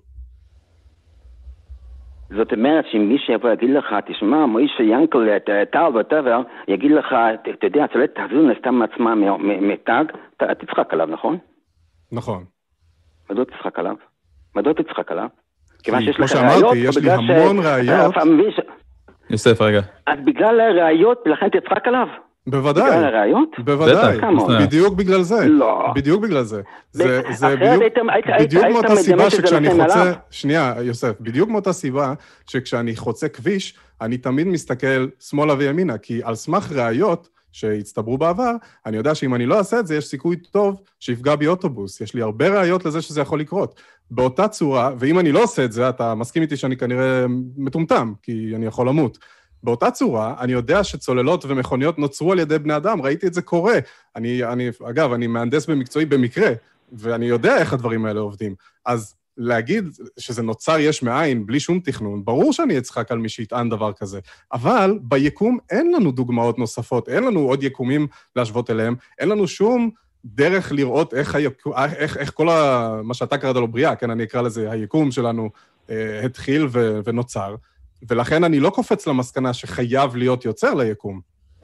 זאת אומרת שאם מישהו יבוא יגיד לך, תשמע, מוישה ינקל, טל וטבר, יגיד לך, אתה יודע, הצוללת הזו נעשתה מעצמה מתג, אתה תצחק עליו, נכון? נכון. מדוע תצחק עליו? כי כמו שאמרתי, יש לי המון ראיות. יוסף, רגע. אז בגלל הראיות, לכן תצחק עליו? בוודאי. בגלל הראיות? בוודאי. בדיוק בגלל זה. לא. בדיוק בגלל זה. זה בדיוק מאותה סיבה שכשאני חוצה... שנייה, יוסף. בדיוק מאותה סיבה שכשאני חוצה כביש, אני תמיד מסתכל שמאלה וימינה, כי על סמך ראיות שהצטברו בעבר, אני יודע שאם אני לא אעשה את זה, יש סיכוי טוב שיפגע בי אוטובוס. יש לי הרבה ראיות לזה שזה יכול לקרות. באותה צורה, ואם אני לא עושה את זה, אתה מסכים איתי שאני כנראה מטומטם, כי אני יכול למות. באותה צורה, אני יודע שצוללות ומכוניות נוצרו על ידי בני אדם, ראיתי את זה קורה. אגב, אני מהנדס במקצועי במקרה, ואני יודע איך הדברים האלה עובדים. אז להגיד שזה נוצר יש מאין, בלי שום תכנון, ברור שאני אצחק על מי שיטען דבר כזה. אבל ביקום אין לנו דוגמאות נוספות, אין לנו עוד יקומים להשוות אליהם, אין לנו שום דרך לראות איך כל מה שאתה קראת לו בריאה, כן, אני אקרא לזה, היקום שלנו התחיל ונוצר, ולכן אני לא קופץ למסקנה שחייב להיות יוצר ליקום.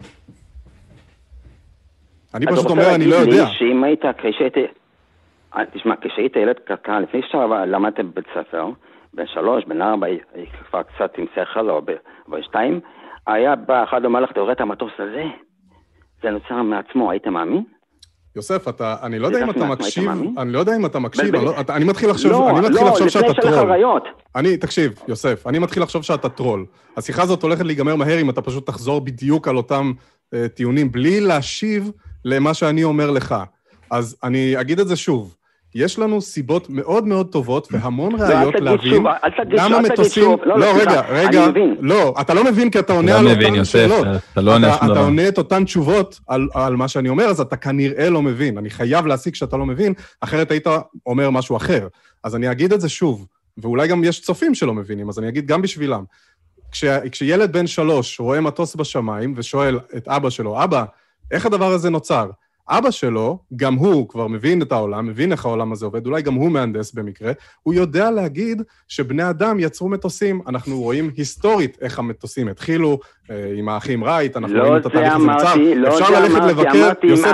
אני פשוט אומר, אני לא יודע. שאם היית, תשמע, כשהיית ילד קטן, לפני שלמדת בבית ספר, בן 3, בן 4, כבר קצת עם שכל או ב2, היה בא אחד אומר לך, תראה את המטוס הזה, זה נוצר מעצמו, היית מאמין? יוסף, אני לא יודע אם אתה מקשיב, אני מתחיל לחשוב שאתה טרול. תקשיב, יוסף, אני מתחיל לחשוב שאתה טרול. השיחה הזאת הולכת להיגמר מהר אם אתה פשוט תחזור בדיוק על אותם טיעונים, בלי להשיב למה שאני אומר לך. אז אני אגיד את זה שוב. יש לנו סיבות מאוד מאוד טובות והמון ראיות להבין למה מטוסים... לא, רגע, לא, אתה לא מבין כי אתה עונה על אותן שאלות. אתה עונה את אותן תשובות על מה שאני אומר, אז אתה כנראה לא מבין. אני חייב להסיק שאתה לא מבין, אחרת היית אומר משהו אחר. אז אני אגיד את זה שוב, ואולי גם יש צופים שלא מבינים, אז אני אגיד גם בשבילם. כשילד בן 3 רואה מטוס בשמיים ושואל את אבא שלו, אבא, איך הדבר הזה נוצר? אבא שלו, גם הוא כבר מבין את העולם, מבין איך העולם הזה עובד, אולי גם הוא מהנדס במקרה, הוא יודע להגיד שבני אדם יצרו מטוסים, אנחנו רואים היסטורית איך המטוסים התחילו, עם האחים רייט, אנחנו רואים את התהליך הזה נוצר, אפשר ללכת לבקר, יוסף,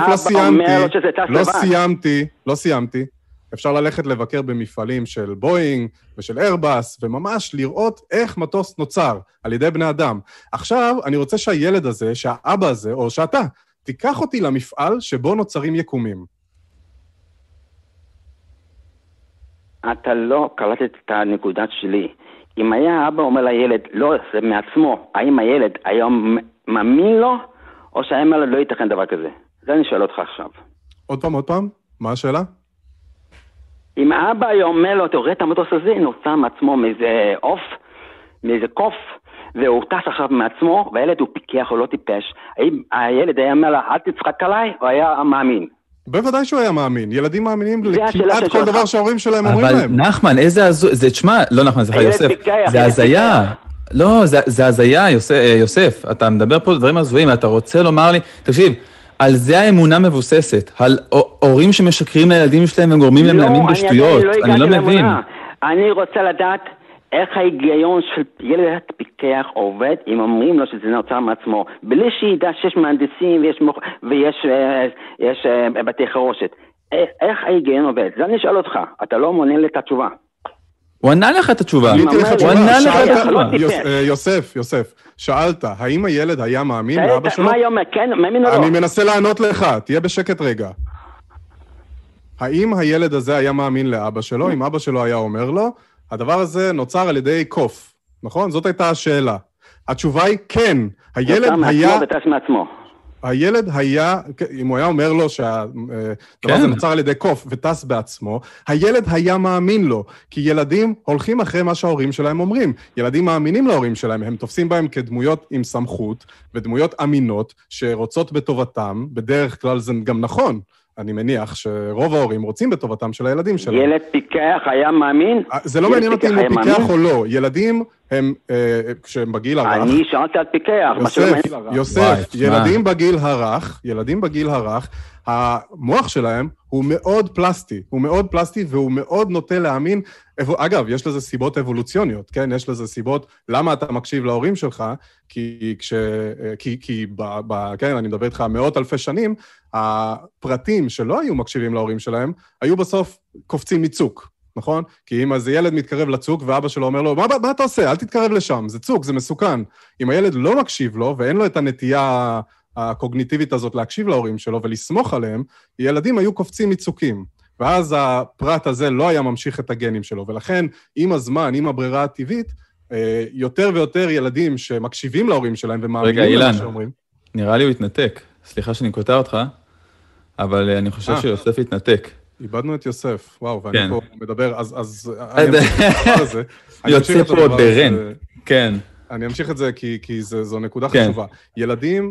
לא סיימתי, אפשר ללכת לבקר במפעלים של בואינג ושל איירבאס, וממש לראות איך מטוס נוצר על ידי בני אדם. עכשיו, אני רוצה שהילד הזה, שהאבא הזה, או שאתה, תיקח אותי למפעל שבו נוצרים יקומים. אתה לא קלטת את הנקודת שלי. אם היה אבא אומר לילד, לא, זה מעצמו, האם הילד היום מאמין לו, או שהאם לא ייתכן דבר כזה? זה אני שואל אותך עכשיו. עוד פעם? מה השאלה? אם האבא היום אומר לו, תראה את המטוס הזה, נוצר מעצמו מאיזה עוף, מאיזה קוף, והוא טס עכשיו מעצמו, והילד הוא פיקח או לא טיפש. האם הילד היה אומר לה, אל תצחק עליי, או היה מאמין? בוודאי שהוא היה מאמין. ילדים מאמינים לכמעט כל דבר שההורים שלהם אומרים להם. אבל נחמן, איזה זה, תשמע, לא נחמן, זה יוסף, זה הזיה. לא, זה הזיה, יוסף. אתה מדבר פה דברים הזויים, אתה רוצה לומר לי, תקשיב, על זה האמונה מבוססת, על הורים שמשקרים לילדים שלהם וגורמים להם להאמין בשטויות. אני לא מבין. אני רוצה לדעת איך ההיגיון של ילד פיקח עובד, אם אומרים לו שזה נוצר מעצמו, בלי שידע שיש מהנדסים ויש בתי חרושת. איך ההיגיון עובד? זה אני אשאל אותך, אתה לא מונה לי את התשובה. הוא ענה לך את התשובה. יוסף, שאלת, האם הילד היה מאמין לאבא שלו? מה היא אומר, כן, מאמין או לא? אני מנסה לענות לך, תהיה בשקט רגע. האם הילד הזה היה מאמין לאבא שלו? אם אבא שלו היה אומר לו, הדבר הזה נוצר על ידי קוף, נכון? זאת הייתה השאלה. התשובה היא כן. הילד היה... וטס מעצמו. הילד היה, אם הוא היה אומר לו שהדבר הזה נוצר על ידי קוף וטס בעצמו, הילד היה מאמין לו, כי ילדים הולכים אחרי מה שההורים שלהם אומרים. ילדים מאמינים להורים שלהם, הם תופסים בהם כדמויות עם סמכות, ודמויות אמינות שרוצות בטובתם, בדרך כלל זה גם נכון. אני מניח שרוב ההורים רוצים בטובתם של הילדים שלהם. ילד פיקח היה מאמין? זה לא מעניין אותי אם הוא פיקח או לא. ילדים הם, כשהם בגיל הרך... אני שאלתי על פיקח. יוסף, ילדים בגיל הרך, המוח שלהם הוא מאוד פלסטי, והוא מאוד נוטה להאמין. אגב, יש לזה סיבות אבולוציוניות, כן? יש לזה סיבות למה אתה מקשיב להורים שלך, כן, אני מדבר איתך מאות אלפי שנים, הפרטים שלא היו מקשיבים להורים שלהם, היו בסוף קופצים מצוק, נכון? כי אם אז ילד מתקרב לצוק, ואבא שלו אומר לו, מה אתה עושה? אל תתקרב לשם, זה צוק, זה מסוכן. אם הילד לא מקשיב לו, ואין לו את הנטייה הקוגניטיבית הזאת להקשיב להורים שלו ולסמוך עליהם, ילדים היו קופצים מצוקים. ואז הפרט הזה לא היה ממשיך את הגנים שלו, ולכן עם הזמן, עם הברירה הטבעית, יותר ויותר ילדים שמקשיבים להורים שלהם ומאמינים למה שאומרים. נראה לי הוא התנתק. סליחה שאני קוטע אותך, אבל אני חושב שיוסף התנתק. איבדנו את יוסף, וואו, ואני כן. פה מדבר, אז אני אמשיך את הדבר הזה. יוצא פה ברן, כן. אני אמשיך את זה כי זו נקודה חשובה. ילדים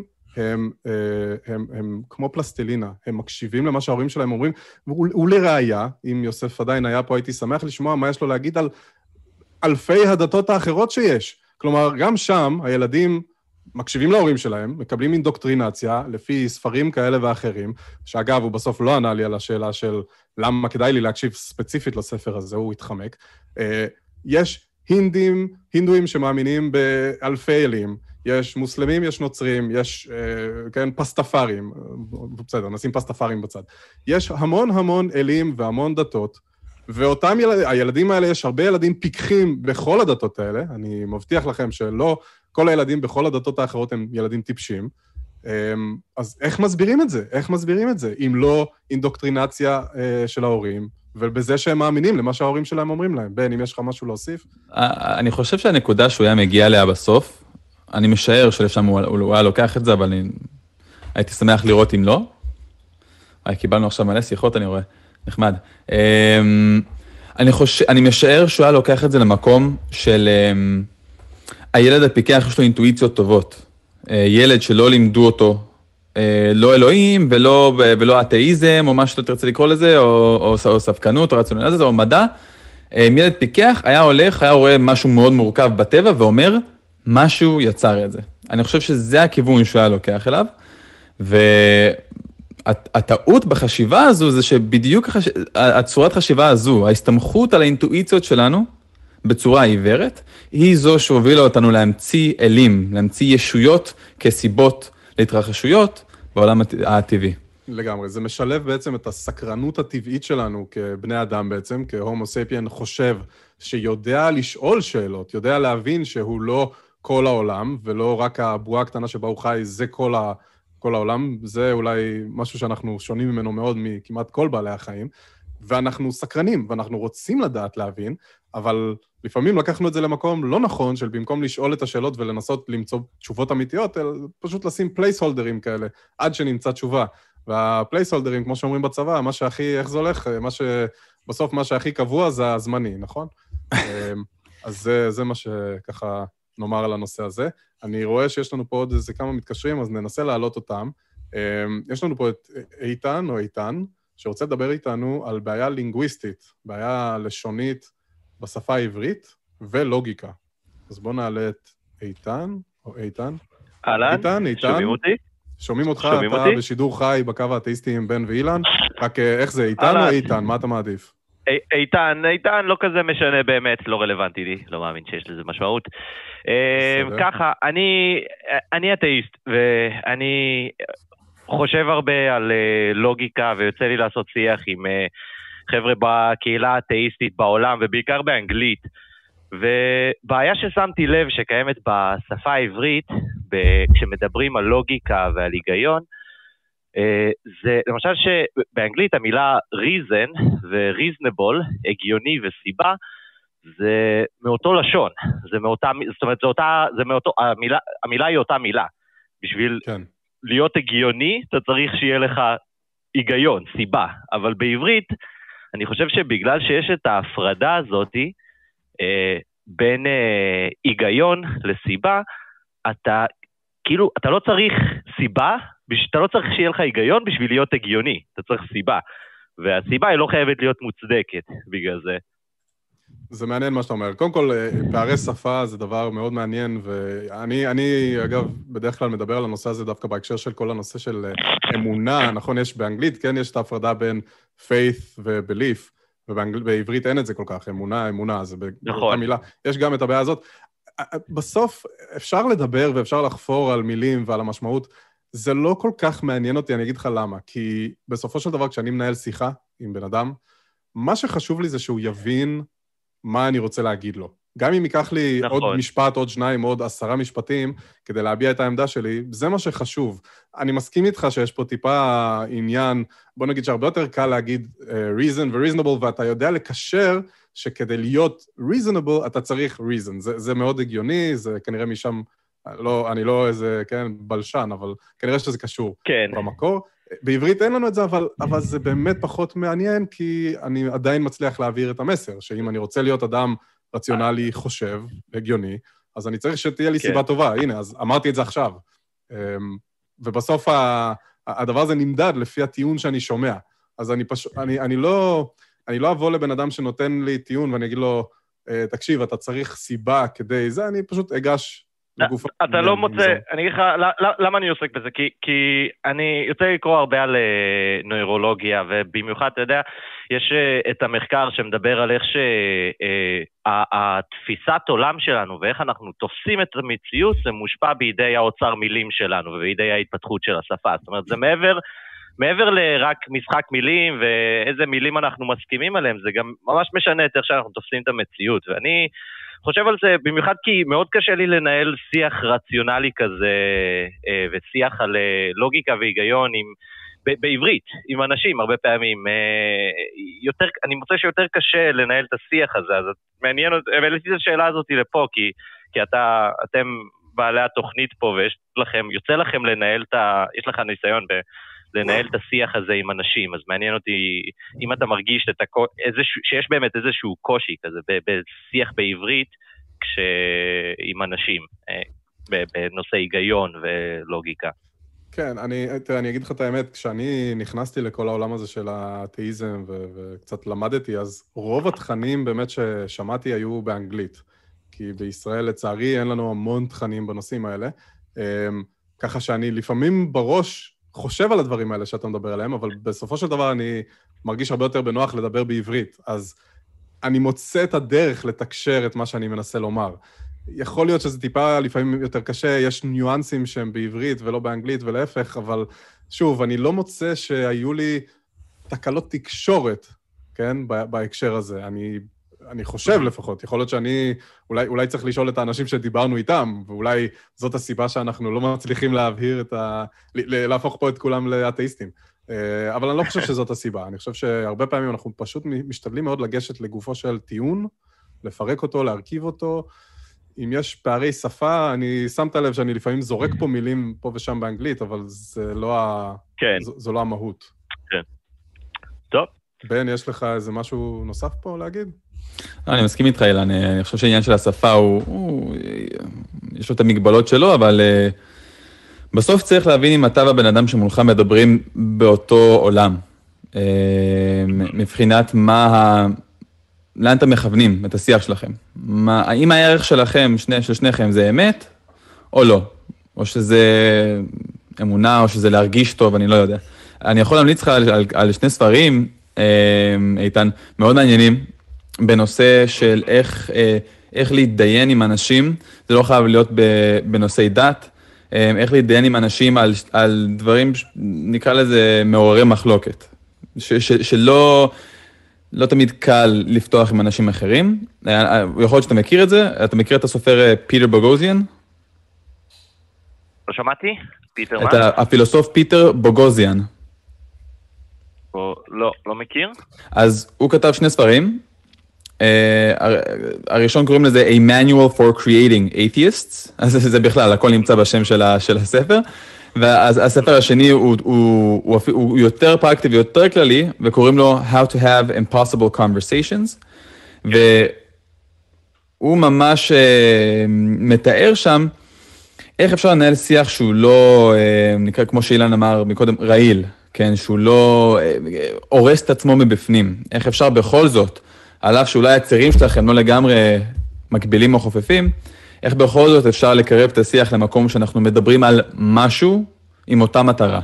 הם כמו פלסטלינה, הם מקשיבים למה שההורים שלהם אומרים, ולראיה, אם יוסף עדיין היה פה, הייתי שמח לשמוע מה יש לו להגיד על אלפי הדתות האחרות שיש. כלומר, גם שם הילדים מקשיבים להורים שלהם, מקבלים אינדוקטרינציה לפי ספרים כאלה ואחרים, שאגב, הוא בסוף לא ענה לי על השאלה של למה כדאי לי להקשיב ספציפית לספר הזה, הוא התחמק. יש הינדואים שמאמינים באלפי אלים, יש מוסלמים, יש נוצרים, יש, כן, פסטפרים, בסדר, נשים פסטפרים בצד. יש המון אלים והמון דתות, ואותם הילדים האלה, יש הרבה ילדים פיקחים בכל הדתות האלה, אני מבטיח לכם שלא כל הילדים בכל הדתות האחרות הם ילדים טיפשים, אז איך מסבירים את זה? איך מסבירים את זה? אם לא אינדוקטרינציה של ההורים, ובזה שהם מאמינים למה שההורים שלהם אומרים להם. בן, אם יש לך משהו להוסיף? אני חושב שהנקודה שהוא היה מגיע אליה בסוף, אני משער שלשם הוא היה לוקח את זה, אבל הייתי שמח לראות אם לא. קיבלנו עכשיו מלא שיחות, אני רואה. נחמד. אני משער שהוא היה לוקח את זה למקום של הילד הפיקח יש לו אינטואיציות טובות. ילד שלא לימדו אותו, לא אלוהים ולא אתאיזם, או מה שאתה תרצה לקרוא לזה, או ספקנות, או רציונליזם, או מדע. ילד פיקח היה הולך, היה רואה משהו מאוד מורכב בטבע, ואומר, משהו יצר את זה. אני חושב שזה הכיוון שהוא היה לוקח אליו, והטעות בחשיבה הזו, זה שבדיוק הצורת חשיבה הזו, ההסתמכות על האינטואיציות שלנו, בצורה עיוורת, היא זו שהובילה אותנו להמציא אלים, להמציא ישויות כסיבות להתרחשויות בעולם הטבעי. לגמרי, זה משלב בעצם את הסקרנות הטבעית שלנו כבני אדם בעצם, כהומו ספיין חושב שיודע לשאול שאלות, יודע להבין שהוא לא כל העולם, ולא רק הבועה הקטנה שבה הוא חי, זה כל העולם, זה אולי משהו שאנחנו שונים ממנו מאוד מכמעט כל בעלי החיים, ואנחנו סקרנים, ואנחנו רוצים לדעת להבין, אבל לפעמים לקחנו את זה למקום לא נכון, של במקום לשאול את השאלות ולנסות למצוא תשובות אמיתיות, אלא פשוט לשים פלייסהולדרים כאלה, עד שנמצא תשובה. והפלייסהולדרים, כמו שאומרים בצבא, מה שהכי, איך זה הולך? בסוף מה שהכי קבוע זה הזמני, נכון? אז זה מה שככה נאמר על הנושא הזה. אני רואה שיש לנו פה עוד איזה כמה מתקשרים, אז ננסה להעלות אותם. יש לנו פה את איתן או איתן, שרוצה לדבר איתנו על בעיה לינגוויסטית, בעיה לשונית בשפה העברית ולוגיקה. אז בואו נעלה את איתן, או איתן. אהלן, שומעים אותי? שומעים אותך, אתה בשידור חי בקו האתאיסטי עם בן ואילן. רק איך זה, איתן או איתן? מה אתה מעדיף? איתן לא כזה משנה באמת, לא רלוונטי לי, לא מאמין שיש לזה משמעות. ככה, אני אתאיסט, ואני חושב הרבה על לוגיקה, ויוצא לי לעשות שיח עם חבר'ה בקהילה האתאיסטית בעולם, ובעיקר באנגלית. ובעיה ששמתי לב שקיימת בשפה העברית, כשמדברים על לוגיקה ועל היגיון, זה למשל שבאנגלית המילה reason ו-reasonable, הגיוני וסיבה, זה מאותו לשון, זה מאותה, זאת אומרת, זה מאותו, המילה היא אותה מילה. בשביל להיות הגיוני, אתה צריך שיהיה לך היגיון, סיבה. אבל בעברית, אני חושב שבגלל שיש את ההפרדה הזאת, בין היגיון לסיבה, אתה לא צריך סיבה, אתה לא צריך שיהיה לך היגיון בשביל להיות הגיוני, אתה צריך סיבה. והסיבה היא לא חייבת להיות מוצדקת בגלל זה. זה מעניין מה שאתה אומר. קודם כל, פערי שפה זה דבר מאוד מעניין, ואני, אגב, בדרך כלל מדבר על הנושא הזה דווקא בהקשר של כל הנושא של אמונה, נכון? יש באנגלית, כן, יש את ההפרדה בין faith ו-belief, ובעברית אין את זה כל כך, אמונה, זה באותה מילה. יש גם את הבעיה הזאת. בסוף אפשר לדבר ואפשר לחפור על מילים ועל המשמעות, זה לא כל כך מעניין אותי, אני אגיד לך למה, כי בסופו של דבר, כשאני מנהל שיחה עם בן אדם, מה שחשוב לי זה שהוא יבין מה אני רוצה להגיד לו. גם אם ייקח לי עוד משפט, עוד שניים, עוד 10 משפטים, כדי להביע את העמדה שלי, זה מה שחשוב. אני מסכים איתך שיש פה טיפה עניין, בוא נגיד שהרבה יותר קל להגיד reason ו-reasonable, ואתה יודע לקשר שכדי להיות reasonable, אתה צריך reason. זה מאוד הגיוני, זה כנראה משם אני לא איזה, כן, בלשן, אבל כנראה שזה קשור כן. במקור. בעברית אין לנו את זה, אבל זה באמת פחות מעניין, כי אני עדיין מצליח להעביר את המסר, שאם אני רוצה להיות אדם רציונלי חושב, הגיוני, אז אני צריך שתהיה לי סיבה טובה. הנה, אז אמרתי את זה עכשיו. ובסוף הדבר הזה נמדד לפי הטיעון שאני שומע. אז אני לא אבוא לבן אדם שנותן לי טיעון, ואני אגיד לו, תקשיב, אתה צריך סיבה כדי זה, אני פשוט אגש לגוף... אתה לא מוצא, אני אגיד לך, למה אני עוסק בזה? כי אני יוצא לקרוא הרבה על נוירולוגיה, ובמיוחד, אתה יודע, יש את המחקר שמדבר על איך שהתפיסת עולם שלנו, ואיך אנחנו תופסים את המציאות, זה מושפע בידי האוצר מילים שלנו, ובידי ההתפתחות של השפה. זאת אומרת, זה מעבר לרק משחק מילים, ואיזה מילים אנחנו מסכימים עליהם, זה גם ממש משנה את איך שאנחנו תופסים את המציאות, ואני חושב על זה במיוחד כי מאוד קשה לי לנהל שיח רציונלי כזה, ושיח על לוגיקה והיגיון בעברית, עם אנשים הרבה פעמים. אני מוצא שיותר קשה לנהל את השיח הזה, אז מעניין, והעליתי את השאלה הזאת לפה, כי אתם בעלי התוכנית פה, ויוצא לכם לנהל יש לך ניסיון לנהל את השיח הזה עם אנשים, אז מעניין אותי אם אתה מרגיש שיש באמת איזשהו קושי כזה בשיח בעברית עם אנשים, בנושא היגיון ולוגיקה. כן, אני אגיד לך את האמת, כשאני נכנסתי לכל העולם הזה של האתאיזם וקצת למדתי, אז רוב התכנים באמת ששמעתי היו באנגלית, כי בישראל לצערי אין לנו המון תכנים בנושאים האלה, ככה שאני לפעמים בראש חושב על הדברים האלה שאתה מדבר עליהם, אבל בסופו של דבר אני מרגיש הרבה יותר בנוח לדבר בעברית, אז אני מוצא את הדרך לתקשר את מה שאני מנסה לומר. יכול להיות שזה טיפה לפעמים יותר קשה, יש ניואנסים שהם בעברית ולא באנגלית ולהפך, אבל שוב, אני לא מוצא שהיו לי תקלות תקשורת, כן, בהקשר הזה. אני חושב לפחות, יכול להיות שאני אולי צריך לשאול את האנשים שדיברנו איתם, ואולי זאת הסיבה שאנחנו לא מצליחים להבהיר להפוך פה את כולם לאתאיסטים. אבל אני לא חושב שזאת הסיבה. אני חושב שהרבה פעמים אנחנו פשוט משתדלים מאוד לגשת לגופו של טיעון, לפרק אותו, להרכיב אותו. אם יש פערי שפה, אני שמת לב שאני לפעמים זורק פה מילים פה ושם באנגלית, אבל זו לא המהות. כן. טוב. בן, יש לך איזה משהו נוסף פה להגיד? אני מסכים איתך, אילן. אני חושב שהעניין של השפה יש לו את המגבלות שלו, אבל בסוף צריך להבין אם אתה והבן אדם שמולך מדברים באותו עולם. מבחינת לאן אתם מכוונים את השיח שלכם. האם הערך שלכם, של שניכם, זה אמת או לא? או שזה אמונה, או שזה להרגיש טוב, אני לא יודע. אני יכול להמליץ לך על שני ספרים, איתן, מאוד מעניינים, בנושא של איך להתדיין עם אנשים, זה לא חייב להיות בנושאי דת, איך להתדיין עם אנשים על דברים, נקרא לזה מעוררי מחלוקת, שלא תמיד קל לפתוח עם אנשים אחרים. יכול להיות שאתה מכיר את זה, אתה מכיר את הסופר פיטר בוגוזיאן? לא שמעתי? פיטר מה? הפילוסוף פיטר בוגוזיאן. לא מכיר. אז הוא כתב שני ספרים, הראשון קוראים לזה A Manual for Creating Atheists, אז זה בכלל, הכל נמצא בשם של הספר, והספר השני הוא יותר פרקטי ויותר כללי, וקוראים לו How to Have Impossible Conversations, והוא ממש מתאר שם איך אפשר לנהל שיח שהוא לא, נקרא כמו שאילן אמר מקודם, רעיל, כן, שהוא לא הורס את עצמו מבפנים, איך אפשר בכל זאת, על אף שאולי הצירים שלכם לא לגמרי מקבילים או חופפים, איך בכל זאת אפשר לקרב את השיח למקום שאנחנו מדברים על משהו עם אותה מטרה.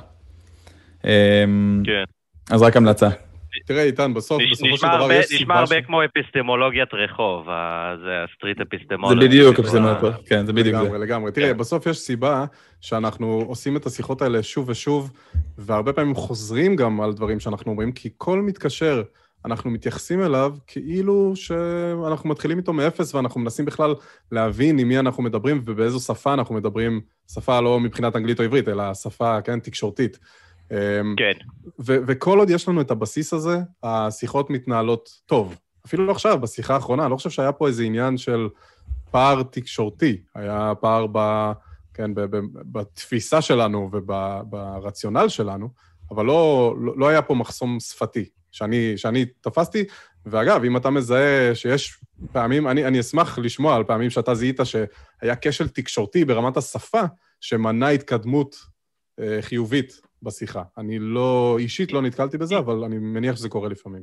כן. אז רק המלצה. תראה, איתן, בסופו של דבר יש סיבה... נשמע הרבה כמו אפיסטמולוגיית רחוב, זה הסטריט אפיסטמולוגיה. זה בדיוק אפיסטמולוגיה, כן, זה בדיוק זה. לגמרי. תראה, בסוף יש סיבה שאנחנו עושים את השיחות האלה שוב ושוב, והרבה פעמים חוזרים גם על דברים שאנחנו אומרים, כי כל מתקשר, אנחנו מתייחסים אליו כאילו שאנחנו מתחילים איתו מאפס, ואנחנו מנסים בכלל להבין עם מי אנחנו מדברים, ובאיזו שפה אנחנו מדברים, שפה לא מבחינת אנגלית או עברית, אלא שפה, כן, תקשורתית. כן. וכל עוד יש לנו את הבסיס הזה, השיחות מתנהלות טוב. אפילו לא עכשיו, בשיחה האחרונה, אני לא חושב שהיה פה איזה עניין של פער תקשורתי. היה פער כן, בתפיסה שלנו וברציונל שלנו, אבל לא היה פה מחסום שפתי, שאני תפסתי, ואגב, אם אתה מזהה שיש פעמים, אני אשמח לשמוע על פעמים שאתה זיהית שהיה כשל תקשורתי ברמת השפה, שמנע התקדמות חיובית בשיחה. אני אישית לא נתקלתי בזה, אבל אני מניח שזה קורה לפעמים.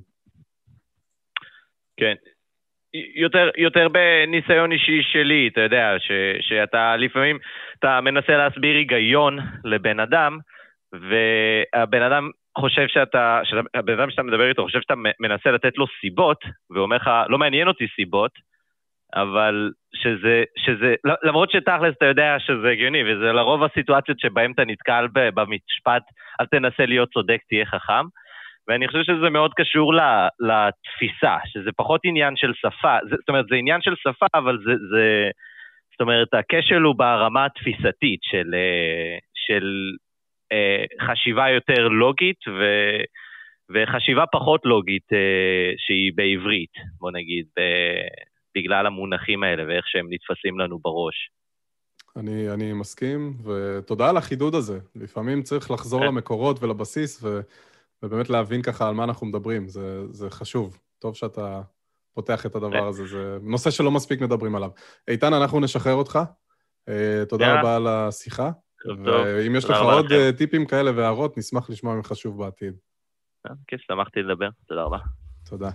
כן. יותר בניסיון אישי שלי, אתה יודע, שאתה לפעמים, אתה מנסה להסביר היגיון לבן אדם, והבן אדם חושב הבן אדם שאתה מדבר איתו חושב שאתה מנסה לתת לו סיבות, ואומר לך, לא מעניין אותי סיבות, אבל שזה, למרות שתכלס אתה יודע שזה הגיוני, וזה לרוב הסיטואציות שבהם אתה נתקל במשפט, אז תנסה להיות צודק, תהיה חכם, ואני חושב שזה מאוד קשור לתפיסה, שזה פחות עניין של שפה, זאת אומרת, זה עניין של שפה, אבל זאת אומרת, הכשל הוא ברמה התפיסתית של חשיבה יותר לוגית, וחשיבה פחות לוגית שהיא בעברית, בוא נגיד, בגלל המונחים האלה, ואיך שהם נתפסים לנו בראש. אני מסכים, ותודה על החידוד הזה. לפעמים צריך לחזור למקורות ולבסיס, ובאמת להבין ככה על מה אנחנו מדברים. זה חשוב. טוב שאתה פותח את הדבר הזה. זה נושא שלא מספיק מדברים עליו. איתן, אנחנו נשחרר אותך. תודה רבה על השיחה. ואם יש לך עוד טיפים כאלה והערות, נשמח לשמוע ממך שוב בעתיד. כן, שמחתי לדבר. תודה רבה. תודה.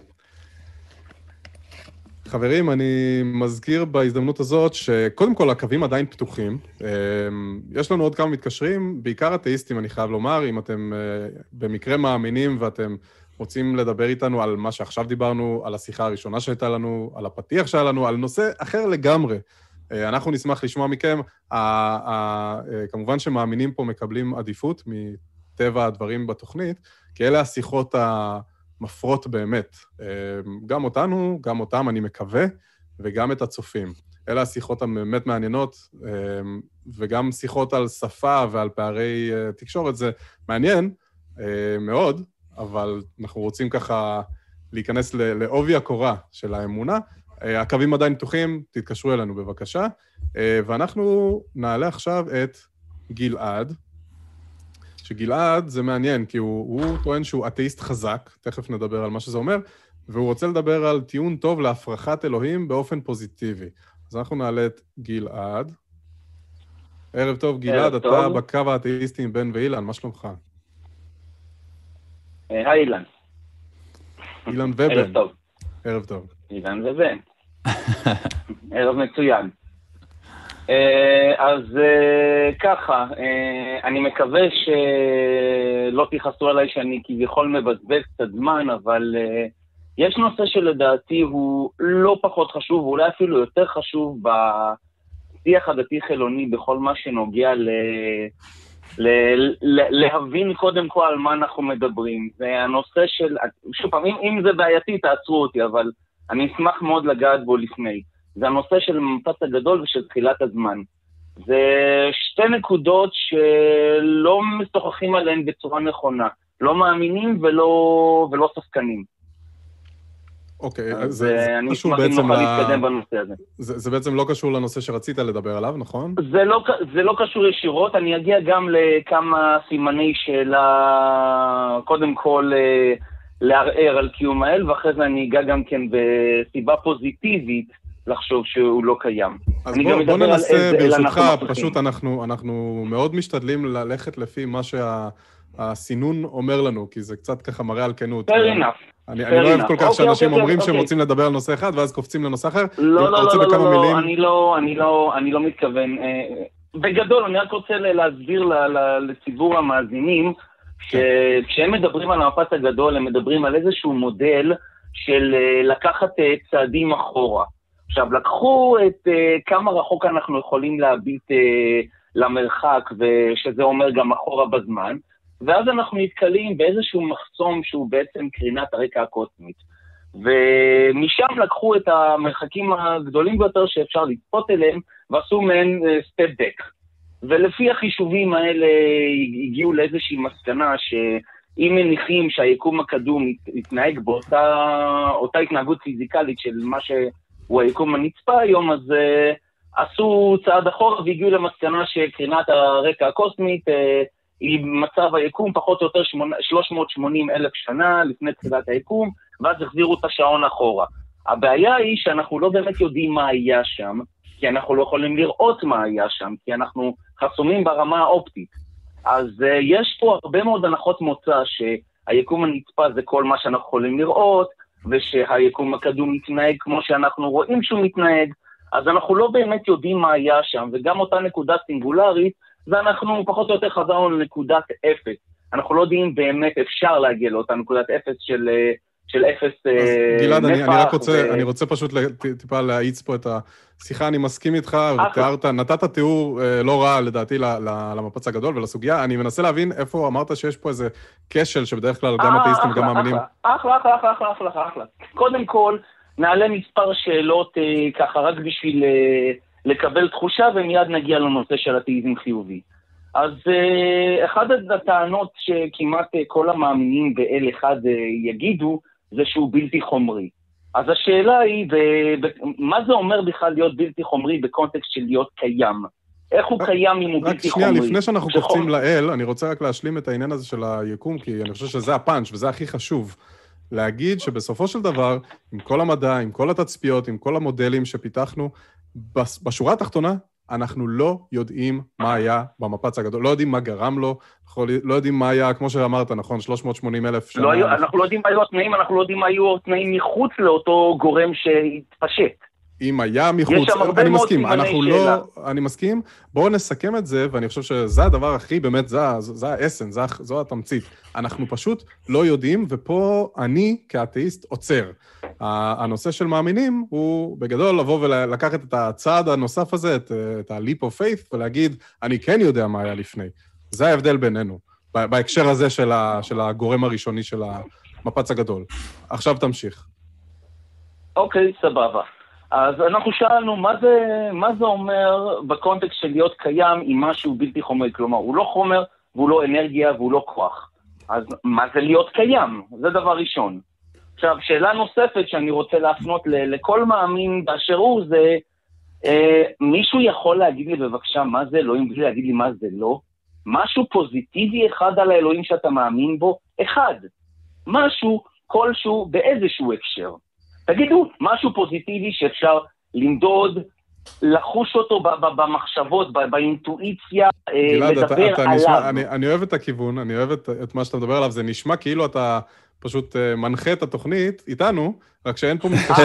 חברים, אני מזכיר בהזדמנות הזאת שקודם כל הקווים עדיין פתוחים. יש לנו עוד כמה מתקשרים, בעיקר אתאיסטים, אני חייב לומר, אם אתם במקרה מאמינים ואתם רוצים לדבר איתנו על מה שעכשיו דיברנו, על השיחה הראשונה שהייתה לנו, על הפתיח שהיה לנו, על נושא אחר לגמרי. אנחנו נשמח לשמוע מכם. כמובן שמאמינים פה מקבלים עדיפות מטבע הדברים בתוכנית, כי אלה השיחות מפרות באמת. גם אותנו, גם אותם, אני מקווה, וגם את הצופים. אלה השיחות הבאמת מעניינות, וגם שיחות על שפה ועל פערי תקשורת. זה מעניין מאוד, אבל אנחנו רוצים ככה להיכנס לעובי הקורה של האמונה. הקווים עדיין פתוחים, תתקשרו אלינו בבקשה. ואנחנו נעלה עכשיו את גלעד, שגלעד זה מעניין, כי הוא טוען שהוא אתאיסט חזק, תכף נדבר על מה שזה אומר, והוא רוצה לדבר על טיעון טוב להפרחת אלוהים באופן פוזיטיבי. אז אנחנו נעלה את גלעד. ערב טוב, גלעד, אתה בקו האתאיסטי עם בן ואילן, מה שלומך? היי אילן. אילן ובן. ערב טוב. ערב טוב. אילן ובן. ערב מצוין. אז ככה, אני מקווה שלא תיחסו עליי שאני כביכול מבזבז קצת זמן, אבל יש נושא שלדעתי הוא לא פחות חשוב, ואולי אפילו יותר חשוב בשיח הדתי-חילוני בכל מה שנוגע להבין קודם כל על מה אנחנו מדברים. זה הנושא של, שוב פעם, אם זה בעייתי תעצרו אותי, אבל אני אשמח מאוד לגעת בו לפני. זה הנושא של המפץ הגדול ושל תחילת הזמן. זה שתי נקודות שלא משוחחים עליהן בצורה נכונה. לא מאמינים ולא ספקנים. אוקיי, זה קשור בעצם זה בעצם לא קשור לנושא שרצית לדבר עליו, נכון? זה לא קשור ישירות, אני אגיע גם לכמה סימני שאלה, קודם כל לערער על קיום האל, ואחרי זה אני אגע גם כן בסיבה פוזיטיבית, לחשוב שהוא לא קיים. אז בוא ננסה, ברשותך, פשוט אנחנו מאוד משתדלים ללכת לפי מה שהסינון אומר לנו, כי זה קצת ככה מראה על כנות. אני לא אוהב כל כך שאנשים אומרים שהם רוצים לדבר על נושא אחד, ואז קופצים לנושא אחר. לא, אני לא מתכוון. בגדול, אני רק רוצה להסביר לציבור המאזינים, שכשהם מדברים על המפץ הגדול, הם מדברים על איזשהו מודל של לקחת צעדים אחורה. עכשיו, לקחו את כמה רחוק אנחנו יכולים להביט למרחק, ושזה אומר גם אחורה בזמן, ואז אנחנו נתקלים באיזשהו מחסום שהוא בעצם קרינת הרקע הקוסמית. ומשם לקחו את המרחקים הגדולים ביותר שאפשר לצפות אליהם, ועשו מהן סטפ דק. ולפי החישובים האלה הגיעו לאיזושהי מסקנה שאם מניחים שהיקום הקדום יתנהג באותה התנהגות פיזיקלית של מה שהוא היקום הנצפה היום, אז עשו צעד אחורה והגיעו למסקנה שקרינת הרקע הקוסמית היא מצב היקום פחות או יותר 380,000 שנה לפני תחילת היקום, ואז החזירו את השעון אחורה. הבעיה היא שאנחנו לא באמת יודעים מה היה שם, כי אנחנו לא יכולים לראות מה היה שם, כי אנחנו חסומים ברמה האופטית. אז יש פה הרבה מאוד הנחות מוצא שהיקום הנצפה זה כל מה שאנחנו יכולים לראות, ושהיקום הקדום מתנהג כמו שאנחנו רואים שהוא מתנהג, אז אנחנו לא באמת יודעים מה היה שם, וגם אותה נקודה סינגולרית, ואנחנו פחות או יותר חזרנו לנקודת אפס. אנחנו לא יודעים באמת אפשר להגיע לאותה נקודת אפס של אפס נפח. גלעד, אני רוצה פשוט טיפה להאיץ פה את השיחה, אני מסכים איתך, נתת תיאור לא רע לדעתי למפץ הגדול ולסוגיה, אני מנסה להבין איפה אמרת שיש פה איזה כשל שבדרך כלל גם אתאיסטים גם מאמינים. אחלה. קודם כל, נעלה מספר שאלות ככה רק בשביל לקבל תחושה, ומיד נגיע לנושא של אתאיזם חיובי. אז אחד הטענות שכמעט כל המאמינים באל אחד יגידו, זה שהוא בלתי חומרי. אז השאלה היא, מה זה אומר בכלל להיות בלתי חומרי בקונטקסט של להיות קיים? איך הוא קיים אם הוא בלתי חומרי? רק שנייה, לפני שאנחנו קופצים לאל, אני רוצה רק להשלים את העניין הזה של היקום, כי אני חושב שזה הפאנץ' וזה הכי חשוב. להגיד שבסופו של דבר, עם כל המדע, עם כל התצפיות, עם כל המודלים שפיתחנו, בשורה התחתונה, אנחנו לא יודעים מה היה במפץ הגדול, לא יודעים מה גרם לו, לא יודעים מה היה, כמו שאמרת, נכון, 380,000 שנה. אנחנו לא יודעים מה היו התנאים, אנחנו לא יודעים מה היו התנאים מחוץ לאותו גורם שהתפשט. אם היה מחוץ, אני מסכים, אני מסכים, בואו נסכם את זה, ואני חושב שזה הדבר הכי, באמת, זה האסן, זו התמצית. אנחנו פשוט לא יודעים, ופה אני, כאתאיסט, עוצר. הנושא של מאמינים הוא בגדול לבוא ולקחת את הצעד הנוסף הזה, את ה-leap of faith, ולהגיד, אני כן יודע מה היה לפני. זה ההבדל בינינו, בהקשר הזה של הגורם הראשוני של המפץ הגדול. עכשיו תמשיך. אוקיי, סבבה. אז אנחנו שאלנו, מה זה אומר בקונטקסט של להיות קיים עם משהו בלתי חומרי? כלומר, הוא לא חומר, והוא לא אנרגיה, והוא לא כוח. אז מה זה להיות קיים? זה דבר ראשון. עכשיו, שאלה נוספת שאני רוצה להפנות לכל מאמין באשר הוא, זה, מישהו יכול להגיד לי בבקשה מה זה אלוהים, בלי להגיד לי מה זה לא? משהו פוזיטיבי אחד על האלוהים שאתה מאמין בו? אחד. משהו, כלשהו, באיזשהו הקשר. תגידו, משהו פוזיטיבי שאפשר למדוד, לחוש אותו במחשבות, באינטואיציה, לדבר עליו. אני אוהב את הכיוון, אני אוהב את מה שאתה מדבר עליו, זה נשמע כאילו אתה פשוט מנחה את התוכנית איתנו, רק שאין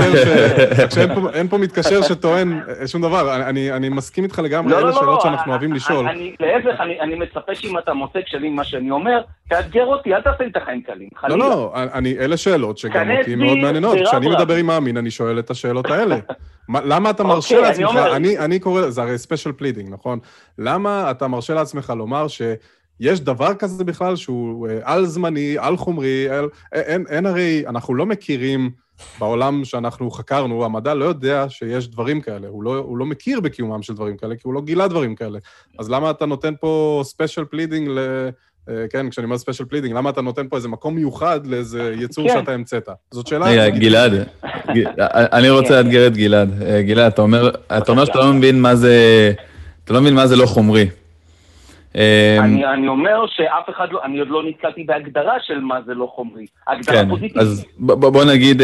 פה מתקשר שטוען שום דבר. אני מסכים איתך לגמרי, אלה שאלות שאנחנו אוהבים לשאול. להפך, אני מצפה שאם אתה מוצא כשלים מה שאני אומר, תאתגר אותי, אל תעשה את החיים קלים. לא, אלה שאלות שגם אותי מאוד מעניינות. כשאני מדבר עם מאמין, אני שואל את השאלות האלה. למה אתה מרשה לעצמך, אני קורא, זה הרי ספיישל פלידינג, נכון? למה אתה מרשה לעצמך לומר שיש דבר כזה בכלל שהוא על זמני, על חומרי, אין הרי, אנחנו לא מכירים בעולם שאנחנו חקרנו, המדע לא יודע שיש דברים כאלה, הוא לא מכיר בקיומם של דברים כאלה, כי הוא לא גילה דברים כאלה. אז למה אתה נותן פה ספיישל פלידינג, כן, כשאני אומר ספיישל פלידינג, למה אתה נותן פה איזה מקום מיוחד לאיזה יצור שאתה המצאת? זאת שאלה... רגע, גלעד, אני רוצה לאתגר את גלעד. גלעד, אתה אומר שאתה לא מבין מה זה, אתה לא מבין מה זה לא חומרי. אני אומר שאף אחד לא, אני עוד לא נתקלתי בהגדרה של מה זה לא חומרי. הגדרה פוזיטיבית. אז בוא נגיד,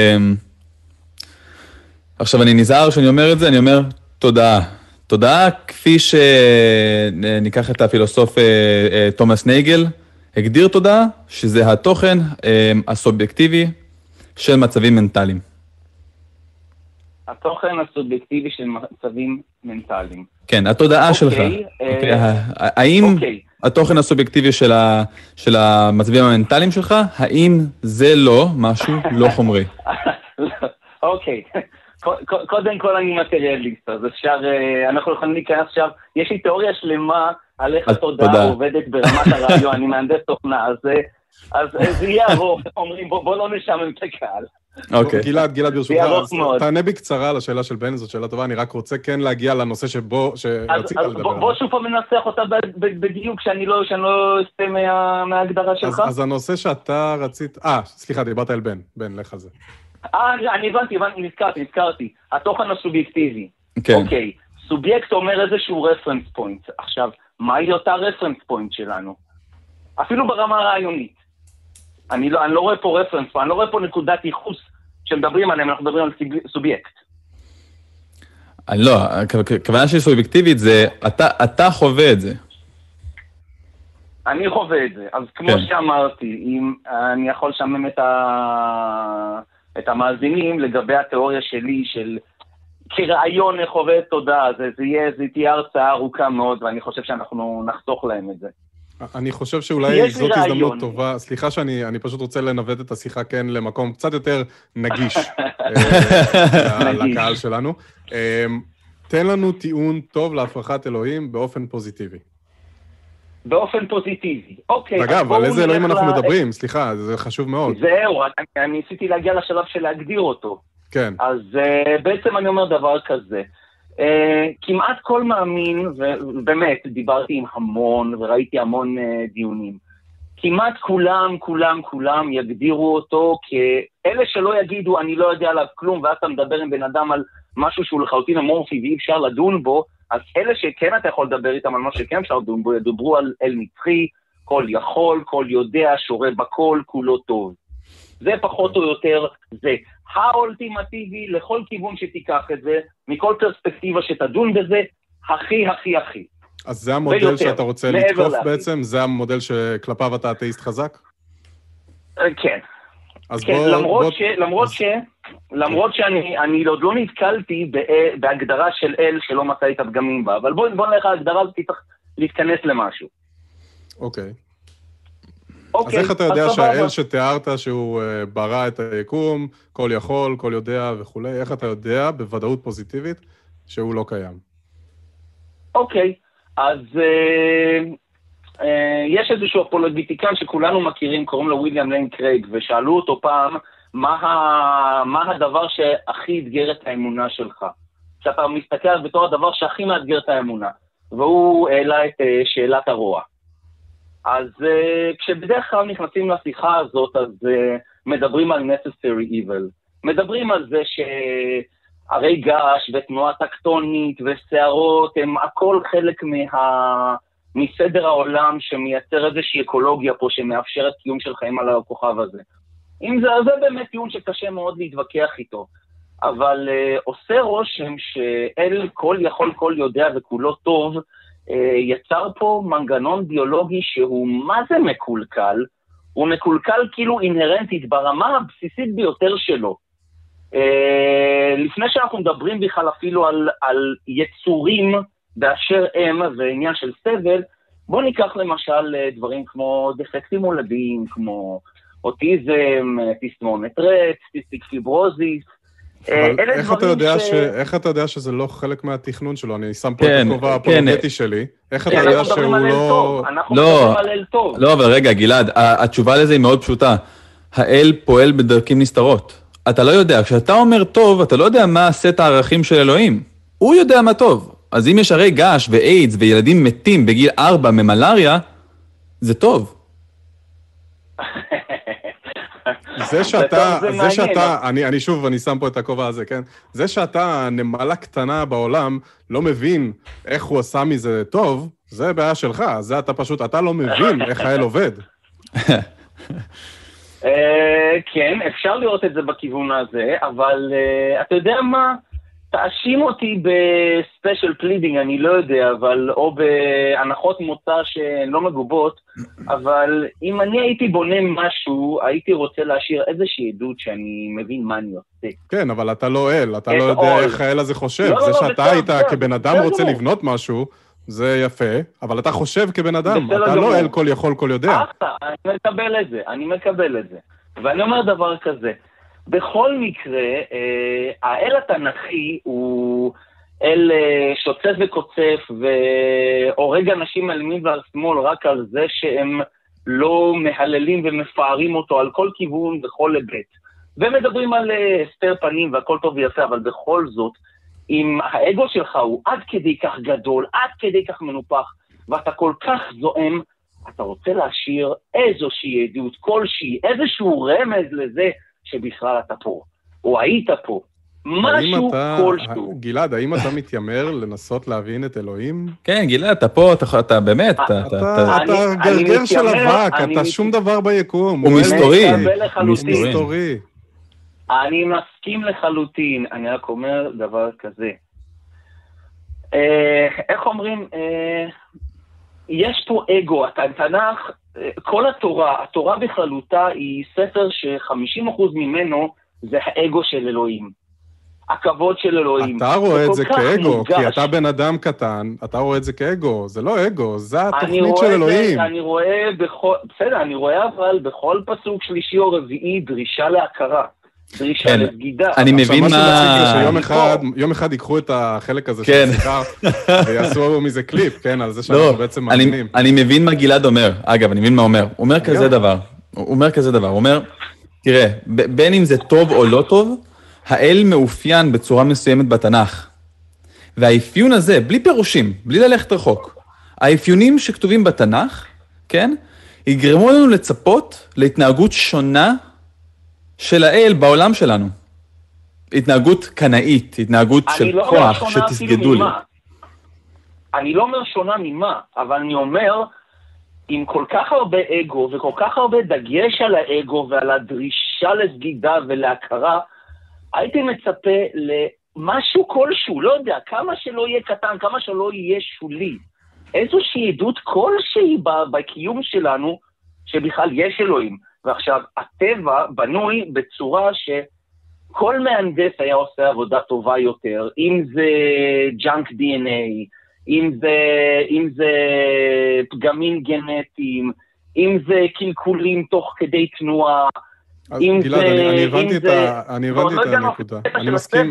עכשיו אני נזהר שאני אומר את זה, אני אומר תודעה. תודעה כפי שניקח את הפילוסוף תומאס נייגל, הגדיר תודעה שזה התוכן הסובייקטיבי של מצבים מנטליים. התוכן הסובייקטיבי של מצבים מנטליים. כן, התודעה שלך. האם התוכן הסובייקטיבי של המצבים המנטליים שלך, האם זה לא משהו לא חומרי? אוקיי. קודם כל אני מטריאליסט, אז אפשר, אנחנו יכולים להיכנס עכשיו, יש לי תיאוריה שלמה על איך התודעה עובדת ברמת הרעיון, אני מהנדס תוכנה, אז זה יהיה ארוך, אומרים בוא לא נשמם את הקהל. אוקיי. גלעד, ברשותך, תענה בקצרה על השאלה של בן, זאת שאלה טובה, אני רק רוצה כן להגיע לנושא שרצית לדבר. בוא שוב פעם מנסח אותה בדיוק, שאני לא אסתה מההגדרה שלך. אז הנושא שאתה רצית, סליחה, דיברת על בן, לך על זה. אני הבנתי, נזכרתי. התוכן הסובייקטיבי. כן. אוקיי. סובייקט אומר איזשהו רפרנס פוינט. עכשיו, מהי אותה רפרנס פוינט שלנו? אפילו ברמה הרעיונית. אני לא רואה פה רפרנס, אני לא רואה פה נקודת ייחוס שמדברים עליהם, אנחנו מדברים על סובייקט. לא, הכוונה שלי סובייקטיבית זה, אתה חווה את זה. אני חווה את זה. אז כמו שאמרתי, אם אני יכול לשמם את המאזינים לגבי התיאוריה שלי של כרעיון חווה תודה, זה תהיה הרצאה ארוכה מאוד, ואני חושב שאנחנו נחתוך להם את זה. אני חושב שאולי זאת הזדמנות טובה, סליחה שאני פשוט רוצה לנווט את השיחה כן למקום קצת יותר נגיש לקהל שלנו. תן לנו טיעון טוב להפרחת אלוהים באופן פוזיטיבי. באופן פוזיטיבי, אוקיי. אגב, על איזה אלוהים אנחנו מדברים? סליחה, זה חשוב מאוד. זהו, אני ניסיתי להגיע לשלב של להגדיר אותו. כן. אז בעצם אני אומר דבר כזה. כמעט כל מאמין, ובאמת דיברתי עם המון וראיתי המון דיונים, כמעט כולם יגדירו אותו כאלה שלא יגידו אני לא יודע עליו כלום, ואז אתה מדבר עם בן אדם על משהו שהוא לחלוטין אמורפי ואי אפשר לדון בו, אז אלה שכן אתה יכול לדבר איתם על מה שכן אפשר לדון בו, ידברו על אל נצחי, כל יכול, כל יודע, שורה בכל, כולו טוב. זה פחות או יותר זה. האולטימטיבי לכל כיוון שתיקח את זה, מכל פרספקטיבה שתדון בזה, הכי. אז זה המודל שאתה רוצה לתקוף בעצם? זה המודל שכלפיו אתה אתאיסט חזק? כן. אז כן, למרות שאני עוד לא נתקלתי בהגדרה של אל שלא מצא את הפגמים בה, אבל בוא נלך ההגדרה הזאת צריך להתכנס למשהו. אוקיי. אז איך אתה יודע שהאל שתיארת שהוא ברא את היקום, כל יכול, כל יודע וכו', איך אתה יודע בוודאות פוזיטיבית שהוא לא קיים? אוקיי, אז יש איזשהו אפולוגטיקן שכולנו מכירים, קוראים לו וויליאם ליין קרייג, ושאלו אותו פעם, מה הדבר שהכי אתגר את האמונה שלך? שאתה מסתכל על בתור הדבר שהכי מאתגר את האמונה, והוא העלה את שאלת הרוע. אז כשבדרך כלל נכנסים לשיחה הזאת, אז מדברים על necessary evil. מדברים על זה שהרי געש ותנועה טקטונית ושערות הם הכל חלק מסדר העולם שמייצר איזושהי אקולוגיה פה שמאפשרת קיום של חיים על הכוכב הזה. אם זה באמת טיעון שקשה מאוד להתווכח איתו, אבל עושה רושם שאל כל יכול כל יודע וכולו טוב, יצר פה מנגנון ביולוגי שהוא מה זה מקולקל, הוא מקולקל כאילו אינהרנטית ברמה הבסיסית ביותר שלו. לפני שאנחנו מדברים בכלל אפילו על יצורים באשר הם ועניין של סבל, בוא ניקח למשל דברים כמו דפקטים מולדים, כמו אוטיזם, תסמונת רט, סיסטיק פיברוזיס, אבל איך אתה יודע שזה לא חלק מהתכנון שלו? אני שם פה את הכובע הפולוגטי שלי. איך אתה יודע שהוא לא... אנחנו מדברים על אל טוב. לא, אבל רגע, גלעד, התשובה לזה היא מאוד פשוטה. האל פועל בדרכים נסתרות. אתה לא יודע, כשאתה אומר טוב, אתה לא יודע מה סט הערכים של אלוהים. הוא יודע מה טוב. אז אם יש הרי געש ואיידס וילדים מתים בגיל 4 ממלריה, זה טוב. זה שאתה, אני שוב, אני שם פה את הכובע הזה, כן? זה שאתה נמלה קטנה בעולם, לא מבין איך הוא עשה מזה טוב, זה בעיה שלך. זה אתה לא מבין איך האל עובד. כן, אפשר לראות את זה בכיוון הזה, אבל אתה יודע מה? תאשים אותי בספיישל פלידינג, אני לא יודע, אבל או בהנחות מוצא שהן לא מגובות, אבל אם אני הייתי בונה משהו, הייתי רוצה להשאיר איזושהי עדות שאני מבין מה אני עושה. כן, אבל אתה לא אל, אתה לא יודע איך האל הזה חושב. זה שאתה היית כבן אדם רוצה לבנות משהו, זה יפה, אבל אתה חושב כבן אדם, אתה לא אל כל יכול כל יודע. אני מקבל את זה. ואני אומר דבר כזה, בכל מקרה, האל התנ"כי הוא אל שוצף וקוצף והורג אנשים על ימין ועל שמאל רק על זה שהם לא מהללים ומפארים אותו על כל כיוון וכל היבט. ומדברים על הסתר פנים והכל טוב ויפה, אבל בכל זאת, אם האגו שלך הוא עד כדי כך גדול, עד כדי כך מנופח, ואתה כל כך זועם, אתה רוצה להשאיר איזושהי עדות כלשהי, איזשהו רמז לזה, שבכלל אתה פה, או היית פה. משהו כלשהו. גלעד, האם אתה מתיימר לנסות להבין את אלוהים? כן, גלעד, אתה פה, אתה באמת, אתה גרגר של אבק, אתה שום דבר ביקום. הוא מסתורי. אני מסכים לחלוטין, אני רק אומר דבר כזה. איך אומרים? יש פה אגו, התנ"ך, כל התורה בכללותה היא ספר ש50% ממנו זה האגו של אלוהים. הכבוד של אלוהים. אתה רואה את זה כאגו, כי אתה בן אדם קטן, אתה רואה את זה כאגו, זה לא אגו, זה התוכנית של אלוהים. אני רואה בסדר, אני רואה אבל בכל פסוק שלישי או רביעי דרישה להכרה. דרישה לבגידה. אני מבין מה... שיום אחד ייקחו את החלק הזה של השיחה, ויעשו מזה קליפ, כן, על זה שאנחנו בעצם מאמינים. אני מבין מה גלעד אומר, אגב, אני מבין מה אומר. הוא אומר כזה דבר, הוא אומר, תראה, בין אם זה טוב או לא טוב, האל מאופיין בצורה מסוימת בתנ"ך. והאפיון הזה, בלי פירושים, בלי ללכת רחוק, האפיונים שכתובים בתנ"ך, כן, יגרמו לנו לצפות להתנהגות שונה של האל בעולם שלנו. התנהגות קנאית, התנהגות של כוח, שתסגדו לי. אני לא אומר שונה ממה, אבל אני אומר, עם כל כך הרבה אגו וכל כך הרבה דגש על האגו ועל הדרישה לסגידה ולהכרה, הייתי מצפה למשהו כלשהו, לא יודע, כמה שלא יהיה קטן, כמה שלא יהיה שולי. איזושהי עדות כלשהי בקיום שלנו, שבכלל יש אלוהים. ועכשיו, הטבע בנוי בצורה שכל מהנדס היה עושה עבודה טובה יותר, אם זה ג'אנק DNA, אם זה פגמים גנטיים, אם זה קלקולים תוך כדי תנועה, גלעד, אני הבנתי את הנקודה. אני מסכים,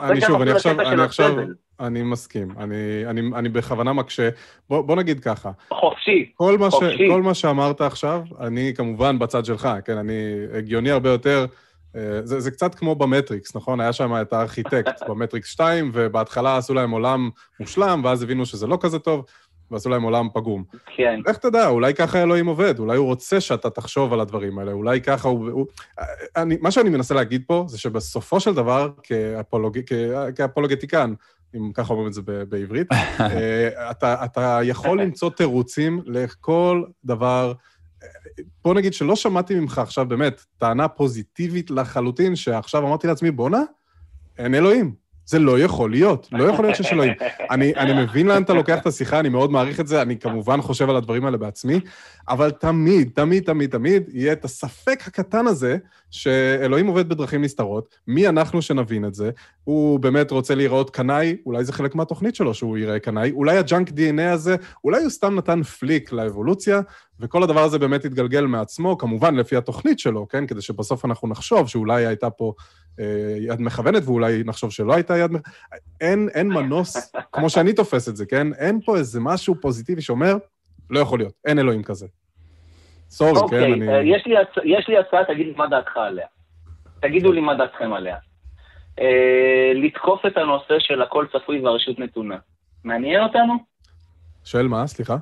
אני מסכים, אני בכוונה מקשה. בוא נגיד ככה. חופשי. כל מה שאמרת עכשיו, אני כמובן בצד שלך, כן, אני הגיוני הרבה יותר, זה קצת כמו במטריקס, נכון? היה שם את הארכיטקט במטריקס 2, ובהתחלה עשו להם עולם מושלם, ואז הבינו שזה לא כזה טוב, ועשו להם עולם פגום. כן. איך תדע, אולי ככה אלוהים עובד, אולי הוא רוצה שאתה תחשוב על הדברים האלה, אולי ככה מה שאני מנסה להגיד פה, זה שבסופו של דבר, כאפולוגטיקן, אם ככה אומרים את זה בעברית, אתה יכול למצוא תירוצים לכל דבר. בוא נגיד שלא שמעתי ממך עכשיו באמת טענה פוזיטיבית לחלוטין, שעכשיו אמרתי לעצמי, בונה, אין אלוהים. זה לא יכול להיות, לא יכול להיות שיש אלוהים. אני מבין לאן אתה לוקח את השיחה, אני מאוד מעריך את זה, אני כמובן חושב על הדברים האלה בעצמי, אבל תמיד יהיה את הספק הקטן הזה, שאלוהים עובד בדרכים נסתרות, מי אנחנו שנבין את זה, הוא באמת רוצה להיראות קנאי, אולי זה חלק מהתוכנית שלו שהוא ייראה קנאי, אולי הג'אנק DNA הזה, אולי הוא סתם נתן פליק לאבולוציה, וכל הדבר הזה באמת יתגלגל מעצמו, כמובן לפי התוכנית שלו, כן? כדי שבסוף אנחנו נחשוב שאולי הייתה פה יד מכוונת, ואולי נחשוב שלא הייתה יד מכוונת. אין מנוס, כמו שאני תופס את זה, כן? אין פה איזה משהו פוזיטיבי שאומר, לא יכול להיות, אין אלוהים כזה. סורי, כן? יש לי הצעה, תגיד לי מה דעתך עליה. תגידו לי מה דעתכם עליה. לתקוף את הנושא של הכל צפוי והרשות נתונה. מעניין אותנו? שואל מה? סליחה?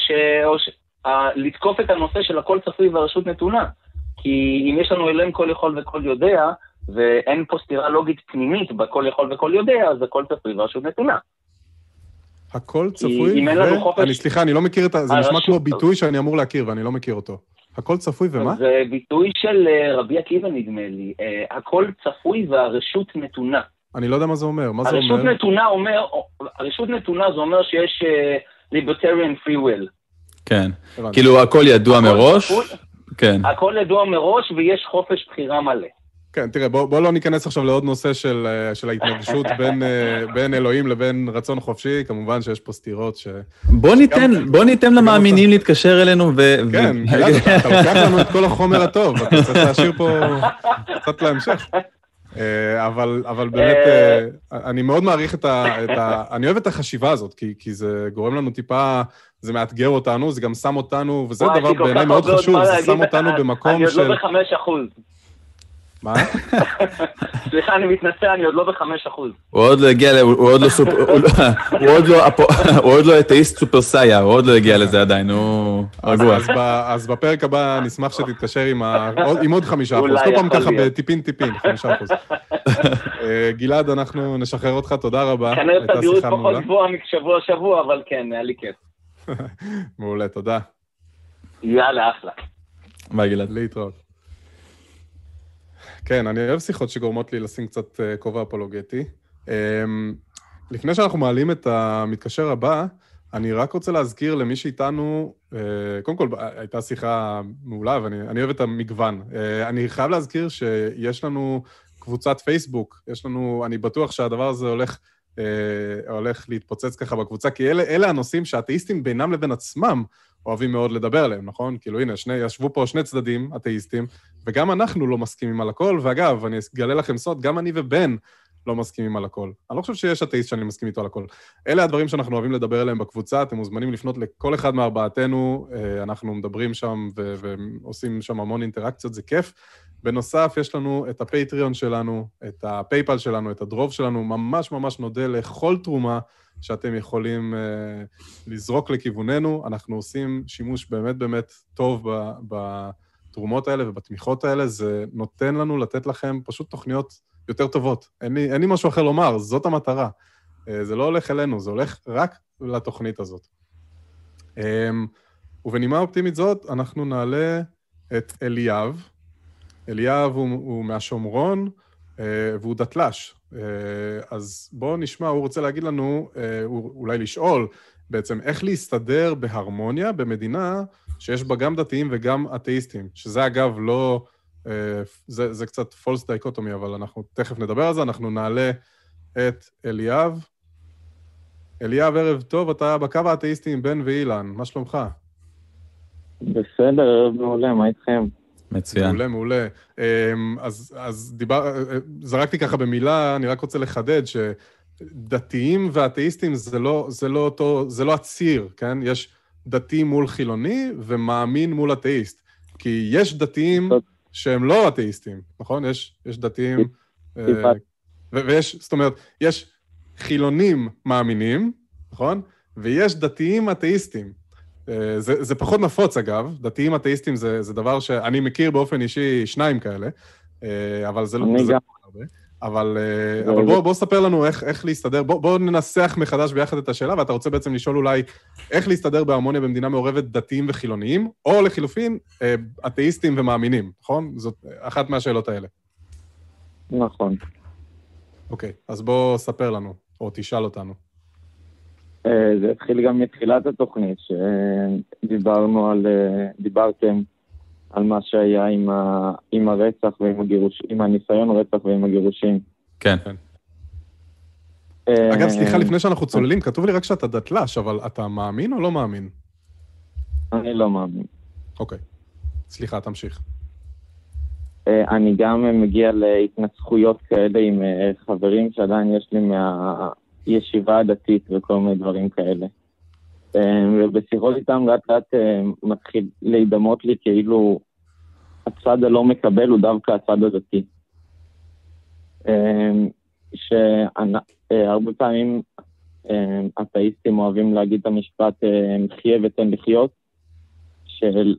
לתקוף את הנושא של הכל צפוי והרשות נתונה. כי אם יש לנו אלוהים כל יכול וכל יודע, ואין פה סתירה לוגית פנימית בכל יכול וכל יודע, אז הכל צפוי והרשות נתונה. הכל צפוי סליחה, אני לא מכיר את זה, זה נשמע כמו ביטוי שאני אמור להכיר, ואני לא מכיר אותו. הכל צפוי ומה? זה ביטוי של רבי עקיבא נדמה לי. הכל צפוי והרשות נתונה. אני לא יודע מה זה אומר. מה זה אומר? הרשות נתונה זה אומר שיש libertarian free will. כן. כאילו הכל ידוע מראש. כן. הכל ידוע מראש ויש חופש בחירה מלא. כן, תראה, בוא לא ניכנס עכשיו לעוד נושא של ההתנגשות בין אלוהים לבין רצון חופשי, כמובן שיש פה סתירות ש... בוא ניתן למאמינים להתקשר אלינו כן, אתה לוקח לנו את כל החומר הטוב, אתה צריך להשאיר פה קצת להמשך. אבל באמת, אני מאוד מעריך אני אוהב את החשיבה הזאת, כי זה גורם לנו טיפה, זה מאתגר אותנו, זה גם שם אותנו, וזה דבר בעיניי מאוד חשוב, זה שם אותנו במקום של... אני עוד לא ב5%. מה? סליחה, אני מתנצל, אני עוד לא ב5%. הוא עוד לא הגיע, הוא עוד לא אתאיסט סופר סאיה, הוא עוד לא הגיע לזה עדיין, הוא רגוע. אז בפרק הבא נשמח שתתקשר עם עוד 5%, כל פעם ככה בטיפין, 5%. גלעד, אנחנו נשחרר אותך, תודה רבה. כנראה תדירות פחות גבוהה משבוע, אבל כן, היה לי כיף. מעולה, תודה. יאללה, אחלה. ביי גלעד. להתראות. כן, אני אוהב שיחות שגורמות לי לשים קצת כובע אפולוגטי. לפני שאנחנו מעלים את המתקשר הבא, אני רק רוצה להזכיר למי שאיתנו, קודם כל, הייתה שיחה מעולה, ואני אוהב את המגוון. אני חייב להזכיר שיש לנו קבוצת פייסבוק, אני בטוח שהדבר הזה הולך להתפוצץ ככה בקבוצה, כי אלה הנושאים שהאתאיסטים בינם לבין עצמם אוהבים מאוד לדבר עליהם, נכון? כאילו, הנה, ישבו פה שני צדדים, אתאיסטים, וגם אנחנו לא מסכימים על הכל, ואגב, אני אגלה לכם סוד, גם אני ובן לא מסכימים על הכל. אני לא חושב שיש אתאיסט שאני מסכים איתו על הכל. אלה הדברים שאנחנו אוהבים לדבר עליהם בקבוצה, אתם מוזמנים לפנות לכל אחד מארבעתנו, אנחנו מדברים שם ועושים שם המון אינטראקציות, זה כיף. בנוסף, יש לנו את הפטריון שלנו, את הפייפל שלנו, את הדרוב שלנו, ממש ממש נודה לכל תרומה שאתם יכולים לזרוק לכיווננו. אנחנו עושים שימוש באמת באמת טוב בתרומות האלה ובתמיכות האלה, זה נותן לנו לתת לכם פשוט תוכניות יותר טובות. אין לי משהו אחר לומר, זאת המטרה. זה לא הולך אלינו, זה הולך רק לתוכנית הזאת. ובנימה אופטימית זאת, אנחנו נעלה את אליאב. אליאב הוא מהשומרון, והוא דתל"ש. אז בואו נשמע, הוא רוצה להגיד לנו, אולי לשאול, בעצם איך להסתדר בהרמוניה במדינה שיש בה גם דתיים וגם אתאיסטים, שזה אגב לא, זה קצת false dichotomy, אבל אנחנו תכף נדבר על זה, אנחנו נעלה את אליאב. אליאב, ערב טוב, אתה בקו האתאיסטי עם בן ואילן, מה שלומך? בסדר, ערב מעולה, מה איתכם? מצוין. מעולה. אז זרקתי ככה במילה, אני רק רוצה לחדד שדתיים ואתאיסטים זה לא הציר, כן? יש דתי מול חילוני ומאמין מול אתאיסט. כי יש דתיים שהם לא אתאיסטים, נכון? יש דתיים, זאת אומרת, יש חילונים מאמינים, נכון? ויש דתיים אתאיסטים. זה פחות נפוץ, אגב. דתיים אתאיסטים זה דבר שאני מכיר באופן אישי 2 כאלה, אבל זה לא הרבה. אבל בוא ספר לנו איך להסתדר, בוא ננסח מחדש ביחד את השאלה, ואתה רוצה בעצם לשאול אולי איך להסתדר בהרמוניה במדינה מעורבת דתיים וחילוניים, או לחילופין, אתאיסטים ומאמינים, נכון? זאת אחת מהשאלות האלה. נכון. אוקיי, אז בוא ספר לנו, או תשאל אותנו. זה התחיל גם מתחילת התוכנית, דיברתם על מה שהיה עם הרצח ועם הגירושים, עם הניסיון רצח ועם הגירושים. כן. אגב, סליחה, לפני שאנחנו צוללים, כתוב לי רק שאתה דתל"ש, אבל אתה מאמין או לא מאמין? אני לא מאמין. אוקיי. סליחה, תמשיך. אני גם מגיע להתנסחויות כאלה עם חברים שעדיין יש לי ישיבה הדתית וכל מיני דברים כאלה. ובשיחות איתם לאט לאט מתחיל להידמות לי כאילו הצד הלא מקבל הוא דווקא הצד הדתי. שהרבה פעמים אתאיסטים אוהבים להגיד את המשפט חיה ותן לחיות, של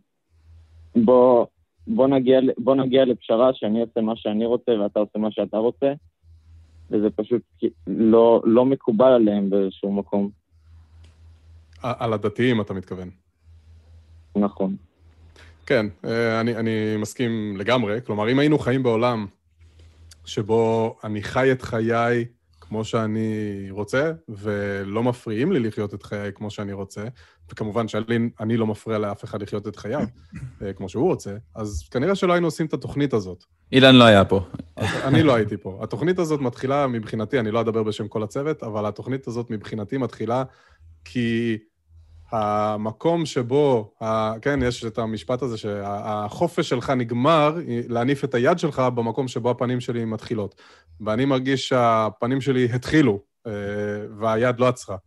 בוא נגיע לפשרה שאני עושה מה שאני רוצה ואתה עושה מה שאתה רוצה, וזה פשוט לא מקובל עליהם באיזשהו מקום. על הדתיים אתה מתכוון. נכון. כן, אני מסכים לגמרי. כלומר, אם היינו חיים בעולם שבו אני חי את חיי כמו שאני רוצה, ולא מפריעים לי לחיות את חיי כמו שאני רוצה, וכמובן שאני לא מפריע לאף אחד לחיות את חייו כמו שהוא רוצה, אז כנראה שלא היינו עושים את התוכנית הזאת. אילן לא היה פה. אני לא הייתי פה. התוכנית הזאת מתחילה מבחינתי, אני לא אדבר בשם כל הצוות, אבל התוכנית הזאת מבחינתי מתחילה כי המקום שבו, כן, יש את המשפט הזה שהחופש שלך נגמר להניף את היד שלך במקום שבו הפנים שלי מתחילות. ואני מרגיש שהפנים שלי התחילו, והיד לא עצרה.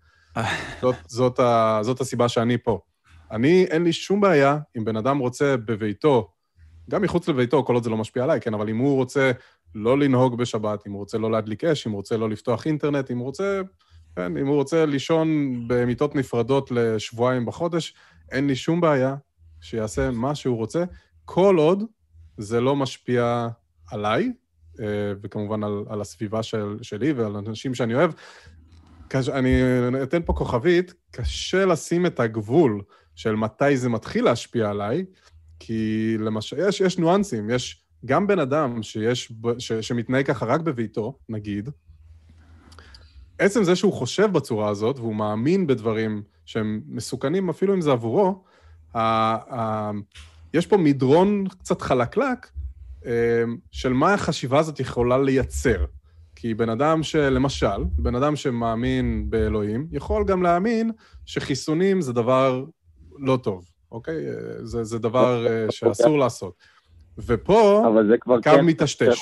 זאת הסיבה שאני פה. אין לי שום בעיה אם בן אדם רוצה בביתו גם מחוץ לביתו, כל עוד זה לא משפיע עליי, כן, אבל אם הוא רוצה לא לנהוג בשבת, אם הוא רוצה לא להדליק אש, אם הוא רוצה לא לפתוח אינטרנט, אם הוא רוצה לישון במיטות נפרדות לשבועיים בחודש, אין לי שום בעיה שיעשה מה שהוא רוצה, כל עוד זה לא משפיע עליי, וכמובן על הסביבה שלי ועל אנשים שאני אוהב. אני אתן פה כוכבית, קשה לשים את הגבול של מתי זה מתחיל להשפיע עליי, כי למשל, יש ניואנסים, יש גם בן אדם שמתנהג ככה רק בביתו, נגיד, עצם זה שהוא חושב בצורה הזאת, והוא מאמין בדברים שהם מסוכנים, אפילו אם זה עבורו, יש פה מדרון קצת חלקלק, של מה החשיבה הזאת יכולה לייצר. כי בן אדם שמאמין באלוהים, יכול גם להאמין שחיסונים זה דבר לא טוב, אוקיי? זה דבר שאסור לעשות. ופה הקו מטשטש.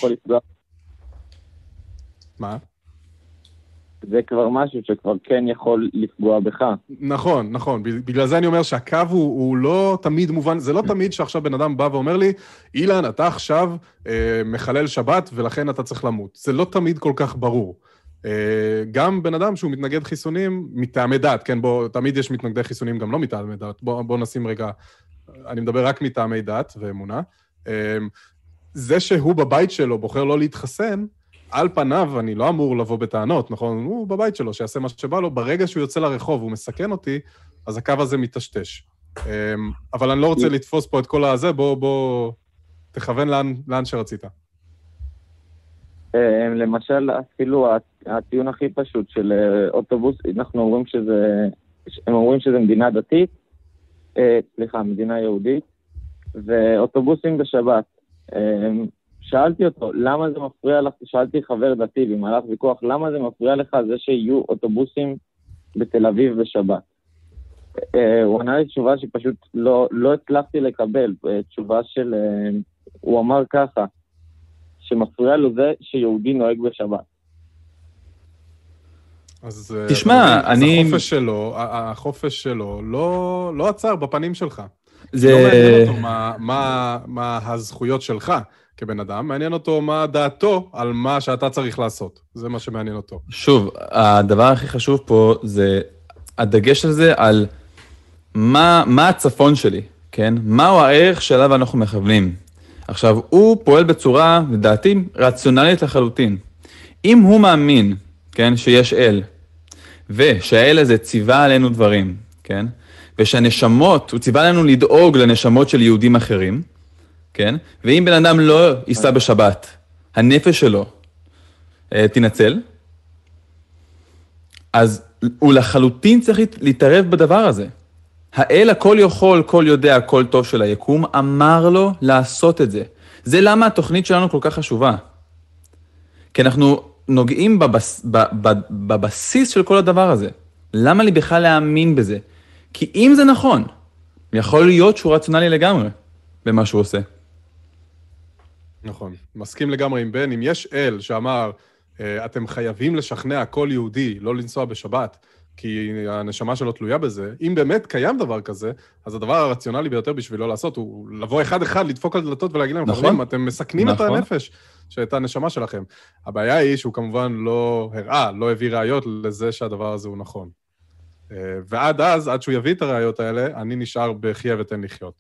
מה? זה כבר משהו שכבר כן יכול לפגוע בך. נכון, נכון. בגלל זה אני אומר שהקו הוא לא תמיד מובן, זה לא תמיד שעכשיו בן אדם בא ואומר לי, אילן, אתה עכשיו מחלל שבת ולכן אתה צריך למות. זה לא תמיד כל כך ברור. גם בן אדם שהוא מתנגד חיסונים מטעמי דת, כן, תמיד יש מתנגדי חיסונים גם לא מטעמי דת. בוא נשים רגע, אני מדבר רק מטעמי דת ואמונה. זה שהוא בבית שלו בוחר לא להתחסן, על פניו אני לא אמור לבוא בטענות, נכון? הוא בבית שלו, שיעשה מה שבא לו, ברגע שהוא יוצא לרחוב והוא מסכן אותי, אז הקו הזה מטשטש. אבל אני לא רוצה לתפוס פה את כל הזה, בוא תכוון לאן שרצית. למשל, אפילו הטיעון הכי פשוט של אוטובוס, אנחנו אומרים הם אומרים שזה מדינה דתית, מדינה יהודית, ואוטובוסים בשבת. שאלתי אותו, למה זה מפריע לך, שאלתי חבר דתי במהלך ויכוח, למה זה מפריע לך זה שיהיו אוטובוסים בתל אביב בשבת? הוא ענה לי תשובה שפשוט לא הצלחתי לקבל, תשובה הוא אמר ככה, שמפריע לו זה שיהודי נוהג בשבת. אז תשמע, החופש שלו לא עצר בפנים שלך. לא מעניין אותו מה הזכויות שלך כבן אדם, מעניין אותו מה דעתו על מה שאתה צריך לעשות. זה מה שמעניין אותו. שוב, הדבר הכי חשוב פה זה הדגש הזה על מה הצפון שלי, כן? מהו הערך שאליו אנחנו מכוונים. עכשיו, הוא פועל בצורה, לדעתי, רציונלית לחלוטין. אם הוא מאמין, כן, שיש אל, ושהאל הזה ציווה עלינו דברים, כן? ושהנשמות, הוא ציווה לנו לדאוג לנשמות של יהודים אחרים, כן? ואם בן אדם לא ייסע בשבת, הנפש שלו תנצל, אז הוא לחלוטין צריך להתערב בדבר הזה. האל הכל יכול, כל יודע, כל טוב של היקום, אמר לו לעשות את זה. זה למה התוכנית שלנו כל כך חשובה. כי אנחנו נוגעים בבסיס של כל הדבר הזה. למה לי בכלל להאמין בזה? כי אם זה נכון, יכול להיות שהוא רציונלי לגמרי במה שהוא עושה. נכון, מסכים לגמרי עם בן. אם יש אל שאמר, אתם חייבים לשכנע כל יהודי לא לנסוע בשבת, כי הנשמה שלו תלויה בזה, אם באמת קיים דבר כזה, אז הדבר הרציונלי ביותר בשביל לא לעשות, הוא לבוא אחד, לדפוק על דלתות ולהגיד להם, נכון, אתם מסכנים את הנפש, את הנשמה שלכם. הבעיה היא שהוא כמובן לא הביא ראיות לזה שהדבר הזה הוא נכון. ועד אז, עד שהוא יביא את הראיות האלה, אני נשאר בחיה ותן לחיות.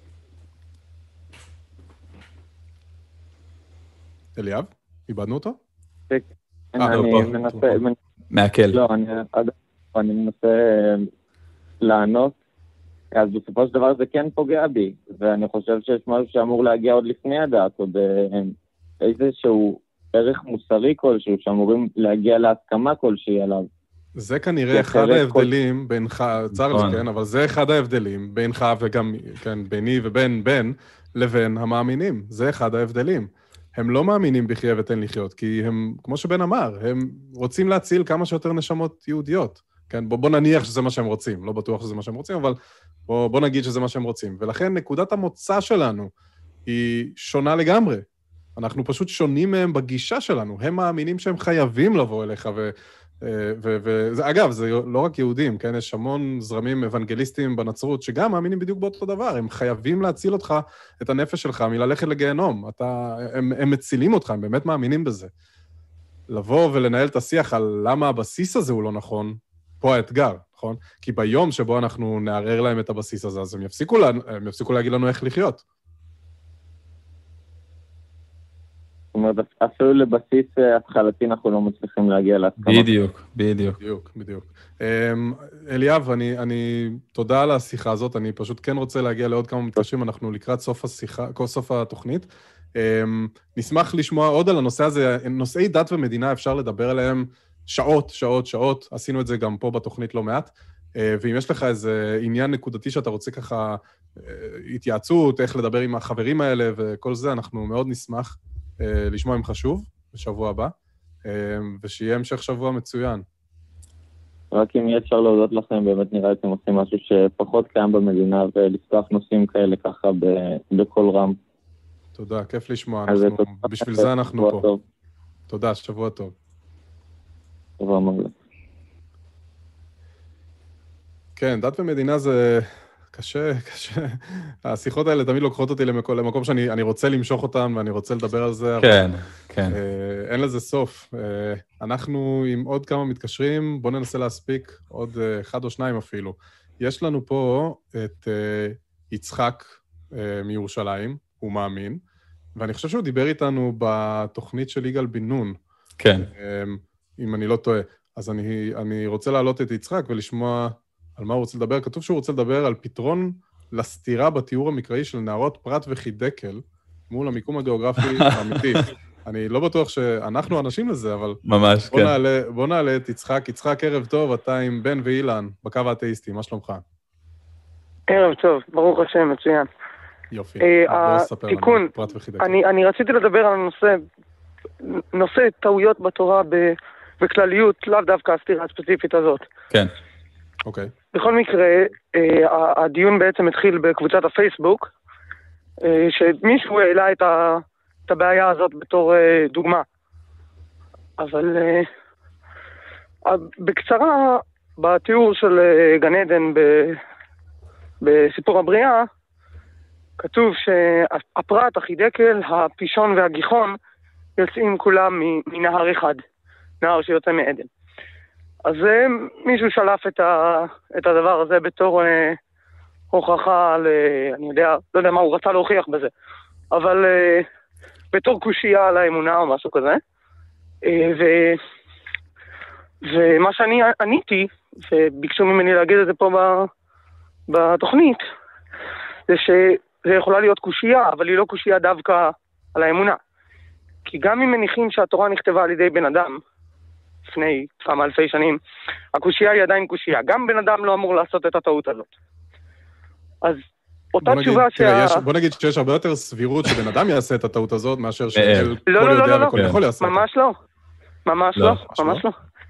אליאב, איבדנו אותו? אני מנסה... מעכל. לא, אני מנסה לענות, אז בסופו של דבר זה כן פוגע בי, ואני חושב שיש משהו שאמור להגיע עוד לפני הדעת, עוד איזשהו ערך מוסרי כלשהו, שאמורים להגיע להסכמה כלשהי עליו. זה כנראה אחד ההבדלים בינך, צר לי, כן, אבל זה אחד ההבדלים בינך וגם, כן, ביני ובין בן לבין המאמינים. זה אחד ההבדלים. הם לא מאמינים בחיה ותן לחיות, כי הם, כמו שבן אמר, הם רוצים להציל כמה שיותר נשמות יהודיות. כן, בוא נניח שזה מה שהם רוצים, לא בטוח שזה מה שהם רוצים, אבל בוא נגיד שזה מה שהם רוצים. ולכן נקודת המוצא שלנו היא שונה לגמרי. אנחנו פשוט שונים מהם בגישה שלנו. הם מאמינים שהם חייבים לבוא אליך ואגב, זה לא רק יהודים, כן? יש המון זרמים אוונגליסטיים בנצרות, שגם מאמינים בדיוק באותו דבר, הם חייבים להציל אותך, את הנפש שלך, מללכת לגיהנום. הם מצילים אותך, הם באמת מאמינים בזה. לבוא ולנהל את השיח על למה הבסיס הזה הוא לא נכון, פה האתגר, נכון? כי ביום שבו אנחנו נערער להם את הבסיס הזה, אז הם יפסיקו להגיד לנו איך לחיות. זאת אומרת, אפילו לבסיס התחלתי אנחנו לא מצליחים להגיע להסכמה. בדיוק. אליאב, תודה על השיחה הזאת, אני פשוט כן רוצה להגיע לעוד כמה מתקשרים, אנחנו לקראת סוף התוכנית. נשמח לשמוע עוד על הנושא הזה, נושאי דת ומדינה אפשר לדבר עליהם שעות, עשינו את זה גם פה בתוכנית לא מעט, ואם יש לך איזה עניין נקודתי שאתה רוצה ככה התייעצות, איך לדבר עם החברים האלה וכל זה, אנחנו מאוד נשמח לשמוע ממך שוב בשבוע הבא, ושיהיה המשך שבוע מצוין. רק אם יהיה אפשר להודות לכם, באמת נראה אתם עושים משהו שפחות קיים במדינה, ולפתוח נושאים כאלה ככה בכל רם. תודה, כיף לשמוע, בשביל זה אנחנו פה. תודה, שבוע טוב. שבוע מעולה. כן, דת ומדינה זה קשה. השיחות האלה תמיד לוקחות אותי למקום שאני רוצה למשוך אותם, ואני רוצה לדבר על זה. כן. אין לזה סוף. אנחנו עם עוד כמה מתקשרים, בואו ננסה להספיק עוד אחד או שניים אפילו. יש לנו פה את יצחק מירושלים, הוא מאמין, ואני חושב שהוא דיבר איתנו בתוכנית של יגאל בן נון. כן. אם אני לא טועה. אז אני רוצה להעלות את יצחק ולשמוע על מה הוא רוצה לדבר. כתוב שהוא רוצה לדבר על פתרון לסתירה בתיאור המקראי של נהרות פרת וחידקל, מול המיקום הגיאוגרפי האמיתי. אני לא בטוח שאנחנו אנשים לזה, אבל... ממש, כן. בוא נעלה את יצחק. יצחק, ערב טוב, אתה עם בן ואילן, בקו האתאיסטי, מה שלומך? ערב טוב, ברוך השם, מצוין. יופי, בוא ספר לנו פרת וחידקל. אני רציתי לדבר על נושא טעויות בתורה בכלליות, לאו דווקא הסתירה הספציפית הזאת. כן. אוקיי. בכל מקרה, הדיון בעצם התחיל בקבוצת הפייסבוק, שמישהו העלה את הבעיה הזאת בתור דוגמה. אבל בקצרה, בתיאור של גן עדן בסיפור הבריאה, כתוב שהפרת, החידקל, הפישון והגיחון יוצאים כולם מנהר אחד, נהר שיוצא מעדן. אז מישהו שלף את הדבר הזה בתור הוכחה אני לא יודע מה הוא רצה להוכיח בזה, אבל בתור קושייה על האמונה או משהו כזה. ומה שאני עניתי, וביקשו ממני להגיד את זה פה בתוכנית, זה שזה יכולה להיות קושייה, אבל היא לא קושייה דווקא על האמונה. כי גם אם מניחים שהתורה נכתבה על ידי בן אדם, לפני כמה אלפי שנים, הקושייה היא עדיין קושייה. גם בן אדם לא אמור לעשות את הטעות הזאת. אז אותה תשובה בוא נגיד שיש הרבה יותר סבירות שבן אדם יעשה את הטעות הזאת, מאשר שכל יודע וכל יכול יעשה. ממש לא. ממש לא.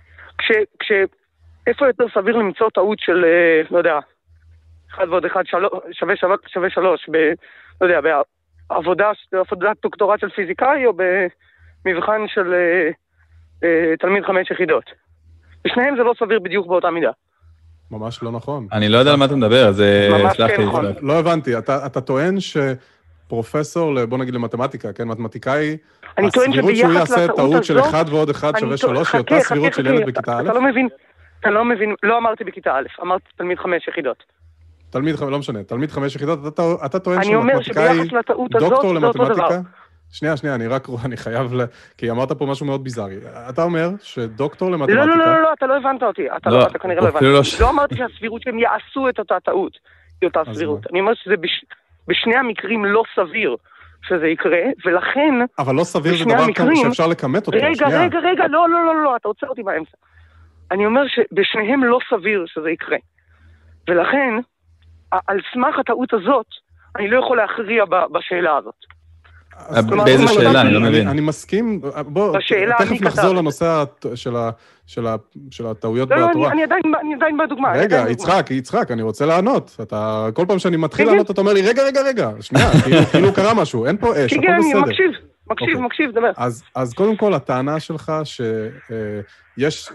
איפה יותר סביר למצוא טעות של, לא יודע, 1 ועוד 1 שווה 3, לא יודע, בעבודת דוקטורט של פיזיקאי, או במבחן של תלמיד 5 יחידות. בשניהם זה לא סביר בדיוק באותה מידה. ממש לא נכון. אני לא יודע על מה אתה מדבר, אז סלח לי. לא הבנתי, אתה טוען שפרופסור, בוא נגיד למתמטיקה, כן, מתמטיקאי, הסבירות שהוא יעשה טעות של 1 ועוד 1 שווה 3, היא אותה סבירות של ילד בכיתה א'? אתה לא מבין, לא אמרתי בכיתה א', אמרתי תלמיד 5 יחידות. לא משנה, תלמיד 5 יחידות, אתה טוען שמתמטיקאי דוקטור למתמטיקה? שנייה, אני חייב כי אמרת פה משהו מאוד ביזארי. אתה אומר שדוקטור למתמטיקה... לא, אתה לא הבנת אותי. אתה כנראה לא הבנת. לא אמרתי שהסבירות שהם יעשו את אותה טעות, היא אותה סבירות. אני אומר שזה בשני המקרים לא סביר שזה יקרה, ולכן... אבל לא סביר זה דבר שאפשר לקמת אותו. רגע, לא, אתה עוצר אותי באמצע. אני אומר שבשניהם לא סביר שזה יקרה. ולכן, על סמך הטעות הזאת, אני לא יכול להכריע בשאלה הזאת. באיזה שאלה? אני לא מבין. אני מסכים, בוא, תכף נחזור לנושא של הטעויות בתורה. אני עדיין בדוגמה. רגע, יצחק, אני רוצה לענות. כל פעם שאני מתחיל לענות, אתה אומר לי, רגע, שנייה, כאילו קרה משהו, אין פה אש, הכל בסדר. מקשיב, דבר. אז קודם כל, הטענה שלך שיש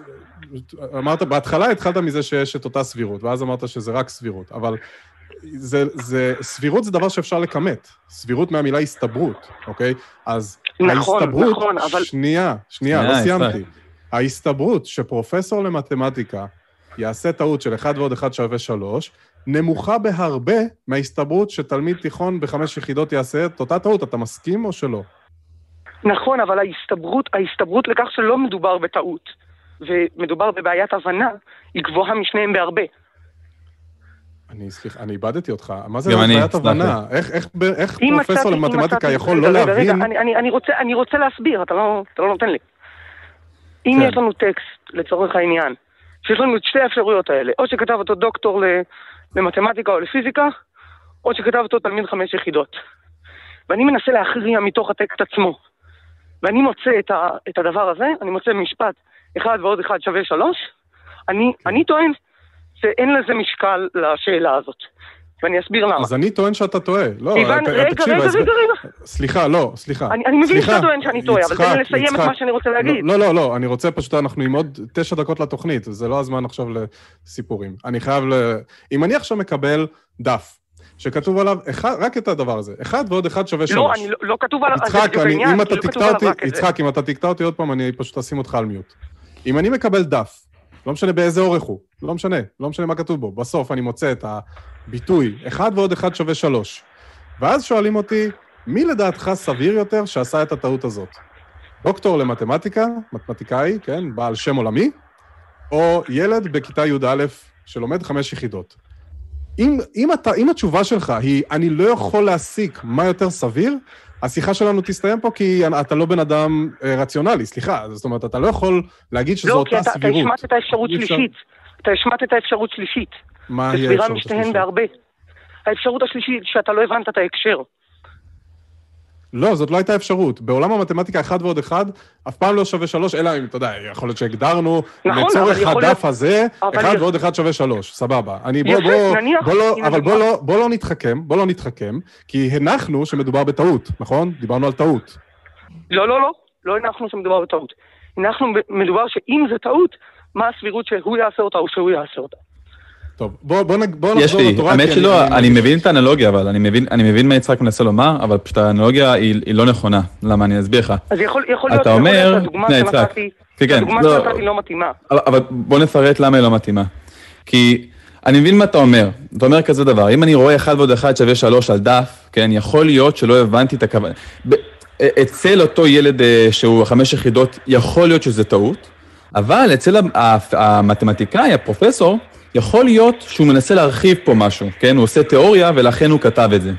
אמרת, בהתחלה התחלת מזה שיש את אותה סבירות, ואז אמרת שזה רק סבירות, אבל סבירות זה דבר שאפשר לכמת. סבירות מהמילה הסתברות, אוקיי? אז ההסתברות... נכון, אבל... שנייה, לא סיימתי. ההסתברות שפרופסור למתמטיקה יעשה טעות של 1 ועוד 1 שווה 3, נמוכה בהרבה מההסתברות שתלמיד תיכון ב5 יחידות יעשה את אותה טעות. אתה מסכים או שלא? נכון, אבל ההסתברות לכך שלא מדובר בטעות, ומדובר בבעיית הבנה, היא גבוהה משניהם בהרבה. סליחה, אני איבדתי אותך. מה זה בעיית הבנה? איך פרופסור למתמטיקה יכול לא להבין? אני רוצה להסביר, אתה לא נותן לי. אם יש לנו טקסט, לצורך העניין, שיש לנו את שתי האפשרויות האלה, או שכתב אותו דוקטור למתמטיקה או לפיזיקה, או שכתב אותו תלמיד 5 יחידות. ואני מנסה להכריע מתוך הטקסט עצמו. ואני מוצא את הדבר הזה, אני מוצא משפט 1 ועוד 1 שווה 3, אני טוען שאין לזה משקל לשאלה הזאת. ואני אסביר למה. אז אני טוען שאתה טועה. לא, רגע. סליחה. אני מבין שאתה טוען שאני טועה, אבל תן לי לסיים את מה שאני רוצה להגיד. לא, אני רוצה פשוט, אנחנו עם עוד 9 דקות לתוכנית, זה לא הזמן עכשיו לסיפורים. אני חייב אם אני עכשיו מקבל דף, שכתוב עליו, רק את הדבר הזה, 1 ועוד 1 שווה 3. לא כתוב עליו, יצחק, אם אתה תקטע אותי עוד פעם, אני פשוט אשים אותך על מיוט. אם אני מקבל דף, לא משנה באיזה אורך הוא, לא משנה מה כתוב בו, בסוף אני מוצא את הביטוי, 1 ועוד 1 שווה 3. ואז שואלים אותי, מי לדעתך סביר יותר שעשה את הטעות הזאת? דוקטור למתמטיקה, מתמטיקאי, כן, בעל שם עולמי, או ילד בכיתה י"א שלומד 5 יחידות. אם התשובה שלך היא, אני לא יכול להסיק מה יותר סביר, השיחה שלנו תסתיים פה כי אתה לא בן אדם רציונלי, סליחה, זאת אומרת, אתה לא יכול להגיד שזו אותה סבירות. לא, כי אתה השמעת את האפשרות שלישית. אתה השמעת את האפשרות שלישית. מה היא האפשרות השלישית? משתהן בהרבה. האפשרות השלישית שאתה לא הבנת את ההקשר. לא, זאת לא הייתה אפשרות. בעולם המתמטיקה 1 ועוד 1, אף פעם לא שווה 3, אלא אם, אתה יודע, יכול להיות שהגדרנו לצורך הדף הזה, 1 ועוד 1 שווה 3, סבבה. אבל בוא לא נתחכם, כי הנחנו שמדובר בטעות, נכון? דיברנו על טעות. לא הנחנו שמדובר בטעות. מדובר שאם זה טעות, מה הסבירות שהוא יעשה אותה או שהוא יעשה אותה. טוב, בוא נחזור יש לי, האמת שלא, אני מבין את האנלוגיה, אבל אני מבין מה יצחק מנסה לומר, אבל פשוט האנלוגיה היא לא נכונה. למה? אני אסביר לך. אז יכול להיות שהדוגמה שנתתי לא מתאימה. אבל בוא נפרט למה היא לא מתאימה. כי אני מבין מה אתה אומר. אתה אומר כזה דבר, אם אני רואה 1 ועוד 1 שווה 3 על דף, כן, יכול להיות שלא הבנתי את הכוונה. אצל אותו ילד שהוא 5 יחידות, יכול להיות שזה טעות, אבל אצל המתמטיקאי, הפרופסור, יכול להיות שהוא מנסה להרחיב פה משהו, כן? הוא עושה תיאוריה ולכן הוא כתב את זה.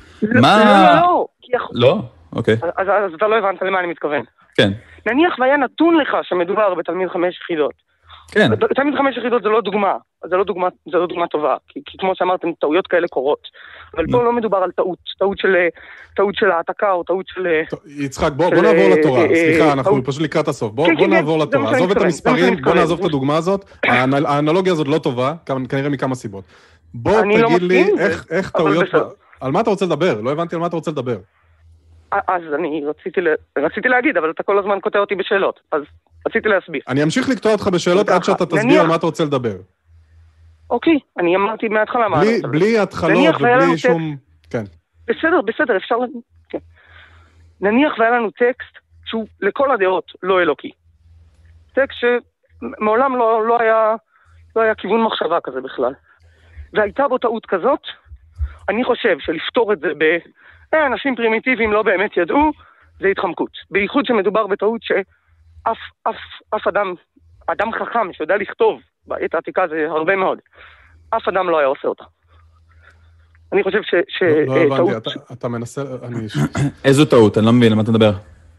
לא? אוקיי. אז אתה לא הבנת למה אני מתכוון. כן. נניח והיה נתון לך שמדובר בתלמיד 5 יחידות. כן. תלמיד 5 יחידות זה לא דוגמה. זה לא דוגמה טובה. כי כמו שאמרתם, טעויות כאלה קורות. אבל פה לא מדובר על טעות של העתקה או טעות של... יצחק, בוא נעבור לתורה. סליחה, אנחנו פשוט לקראת הסוף. בוא נעבור לתורה. עזוב את המספרים, בוא נעזוב את הדוגמה הזאת. האנלוגיה הזאת לא טובה, כנראה מכמה סיבות. בוא תגיד לי איך טעויות... על מה אתה רוצה לדבר? לא הבנתי על מה אתה רוצה לדבר. אז אני רציתי להגיד, אבל אתה כל הזמן קוטע אותי בשאלות. אז רציתי להסביר. אני אמשיך לקטוע אותך בשאלות עד שאתה תסביר על מה אתה רוצה לדבר. אוקיי, אני אמרתי מההתחלה מה... בלי התחלות ובלי שום... כן. בסדר, אפשר... נניח והיה לנו טקסט שהוא לכל הדעות לא אלוקי. טקסט שמעולם לא היה כיוון מחשבה כזה בכלל. והייתה בו טעות כזאת, אני חושב שלפתור את זה אנשים פרימיטיביים לא באמת ידעו, זה התחמקות. בייחוד שמדובר בטעות שאף אדם חכם שיודע לכתוב, בעת העתיקה זה הרבה מאוד, אף אדם לא היה עושה אותה. אני חושב לא הבנתי, אתה מנסה... איזו טעות? אני לא מבין, למה אתה מדבר?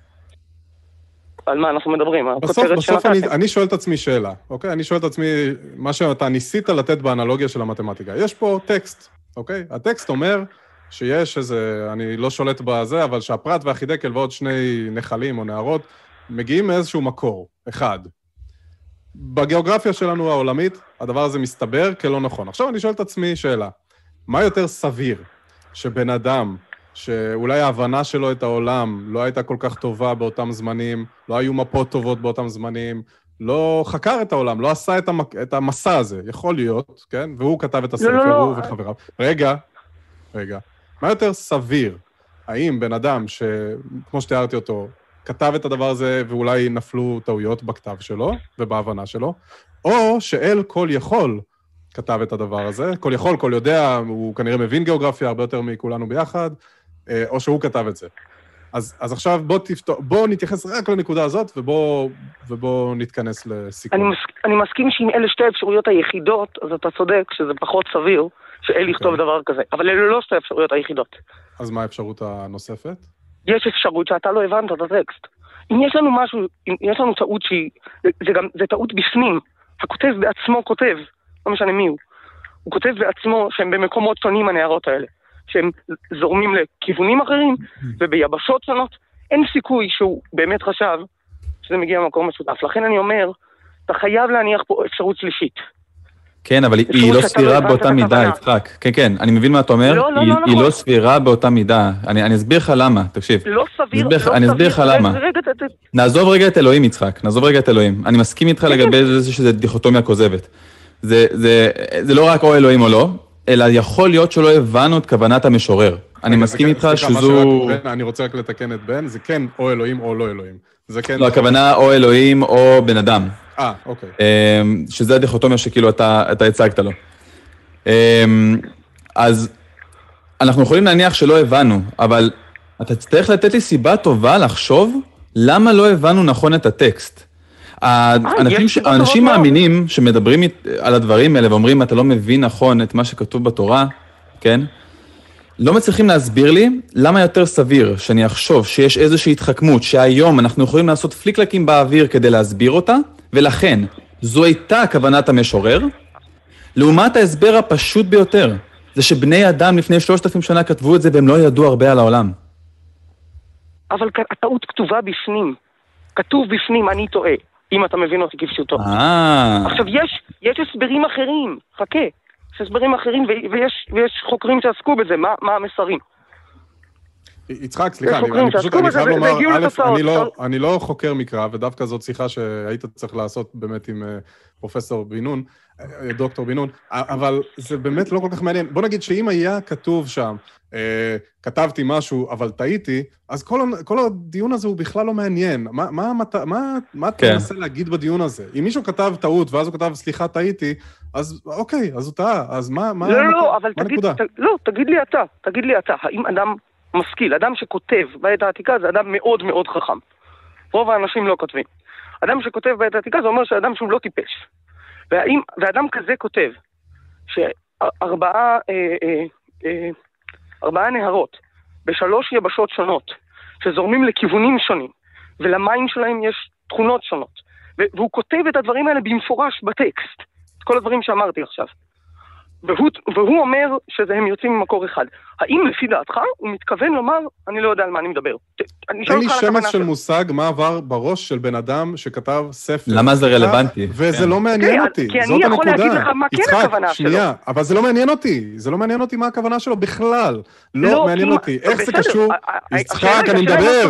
על מה אנחנו מדברים? בסוף אני שואל את עצמי שאלה, אוקיי? אני שואל את עצמי, מה שאתה ניסית לתת באנלוגיה של המתמטיקה. יש פה טקסט, אוקיי? הטקסט אומר שיש איזה, אני לא שולט בזה, אבל שהפרט והחידקל ועוד 2 נחלים או נערות, מגיעים מאיזשהו מקור, אחד. בגיאוגרפיה שלנו העולמית, הדבר הזה מסתבר כלא נכון. עכשיו אני שואל את עצמי שאלה, מה יותר סביר שבן אדם, שאולי ההבנה שלו את העולם לא הייתה כל כך טובה באותם זמנים, לא היו מפות טובות באותם זמנים, לא חקר את העולם, לא עשה את המסע הזה, יכול להיות, כן? והוא כתב את הספר, הוא וחבריו. רגע, מה יותר סביר? האם בן אדם כמו שתיארתי אותו, כתב את הדבר הזה ואולי נפלו טעויות בכתב שלו ובהבנה שלו, או שאל כל יכול כתב את הדבר הזה, כל יכול, כל יודע, הוא כנראה מבין גיאוגרפיה הרבה יותר מכולנו ביחד, או שהוא כתב את זה. אז עכשיו בוא נתייחס רק לנקודה הזאת, ובוא נתכנס לסיכום. אני מסכים שעם אלה שתי האפשרויות היחידות, אז אתה צודק שזה פחות סביר שאל יכתוב דבר כזה, אבל אלה לא שתי האפשרויות היחידות. אז מה האפשרות הנוספת? יש אפשרות שאתה לא הבנת את הטקסט. אם יש לנו משהו, אם יש לנו טעות זה טעות בפנים, הכותב בעצמו כותב, לא משנה מי הוא. הוא כותב בעצמו שהם במקומות שונים הנערות האלה, שהם זורמים לכיוונים אחרים וביבשות שונות. אין סיכוי שהוא באמת חשב שזה מגיע ממקום משותף. לכן אני אומר, אתה חייב להניח פה אפשרות שלישית. כן, אבל היא לא סבירה באותה מידה, יצחק. כן, אני מבין מה אתה אומר, היא לא סבירה באותה מידה. אני אסביר לך למה, תקשיב. לא סביר, אני אסביר לך למה. נעזוב רגע את אלוהים, יצחק, נעזוב רגע את אלוהים. אני מסכים איתך לגבי זה שזה דיכוטומיה כוזבת. זה לא רק או אלוהים או לא, אלא יכול להיות שלא הבנו את כוונת המשורר. אני מסכים איתך שזו... אני רוצה רק לתקן את בן, זה כן או אלוהים או לא אלוהים. לא, הכוונה או אלוהים או בן אדם. אוקיי. שזה הדיכוטומיה שכאילו אתה הצגת לו. אז אנחנו יכולים להניח שלא הבנו, אבל אתה צריך לתת לי סיבה טובה לחשוב למה לא הבנו נכון את הטקסט. האנשים מאמינים שמדברים על הדברים האלה ואומרים, אתה לא מבין נכון את מה שכתוב בתורה, כן? לא מצליחים להסביר לי למה יותר סביר שאני אחשוב שיש איזושהי התחכמות שהיום אנחנו יכולים לעשות פליקלקים באוויר כדי להסביר אותה, ולכן זו הייתה כוונת המשורר, לעומת ההסבר הפשוט ביותר, זה שבני אדם לפני 3,000 שנה כתבו את זה והם לא ידעו הרבה על העולם. אבל הטעות כתובה בפנים, כתוב בפנים, אני טועה, אם אתה מבין אותי כפשוטו. עכשיו יש הסברים אחרים, חכה. יש הסברים אחרים ויש חוקרים שעסקו בזה, מה המסרים? יצחק, סליחה, אני חייב לומר, אני לא חוקר מקרא, ודווקא זאת שיחה שהיית צריך לעשות באמת עם פרופסור בינון, דוקטור בינון, אבל זה באמת לא כל כך מעניין. בוא נגיד שאם היה כתוב שם, כתבתי משהו, אבל טעיתי, אז כל הדיון הזה הוא בכלל לא מעניין. מה אתה מנסה להגיד בדיון הזה? אם מישהו כתב טעות, ואז הוא כתב, סליחה, טעיתי, אז אוקיי, אז הוא טעה, אז מה הנקודה? לא, תגיד לי אתה, האם אדם משכיל, אדם שכותב בעת העתיקה זה אדם מאוד מאוד חכם. רוב האנשים לא כותבים. אדם שכותב בעת העתיקה זה אומר שאדם שהוא לא טיפש. ואדם כזה כותב שארבעה נהרות בשלוש יבשות שונות שזורמים לכיוונים שונים ולמים שלהם יש תכונות שונות והוא כותב את הדברים האלה במפורש בטקסט, את כל הדברים שאמרתי עכשיו, והוא אומר שהם יוצאים ממקור אחד. האם לפי דעתך הוא מתכוון לומר, אני לא יודע על מה אני מדבר? אין לי שמץ של מושג מה עבר בראש של בן אדם שכתב ספר. למה זה רלוונטי? וזה לא מעניין אותי, כי אני יכול להגיד לך מה כן הכוונה שלו. שנייה, אבל זה לא מעניין אותי, זה לא מעניין אותי מה הכוונה שלו בכלל. לא מעניין אותי, איך זה קשור? יצחק, אני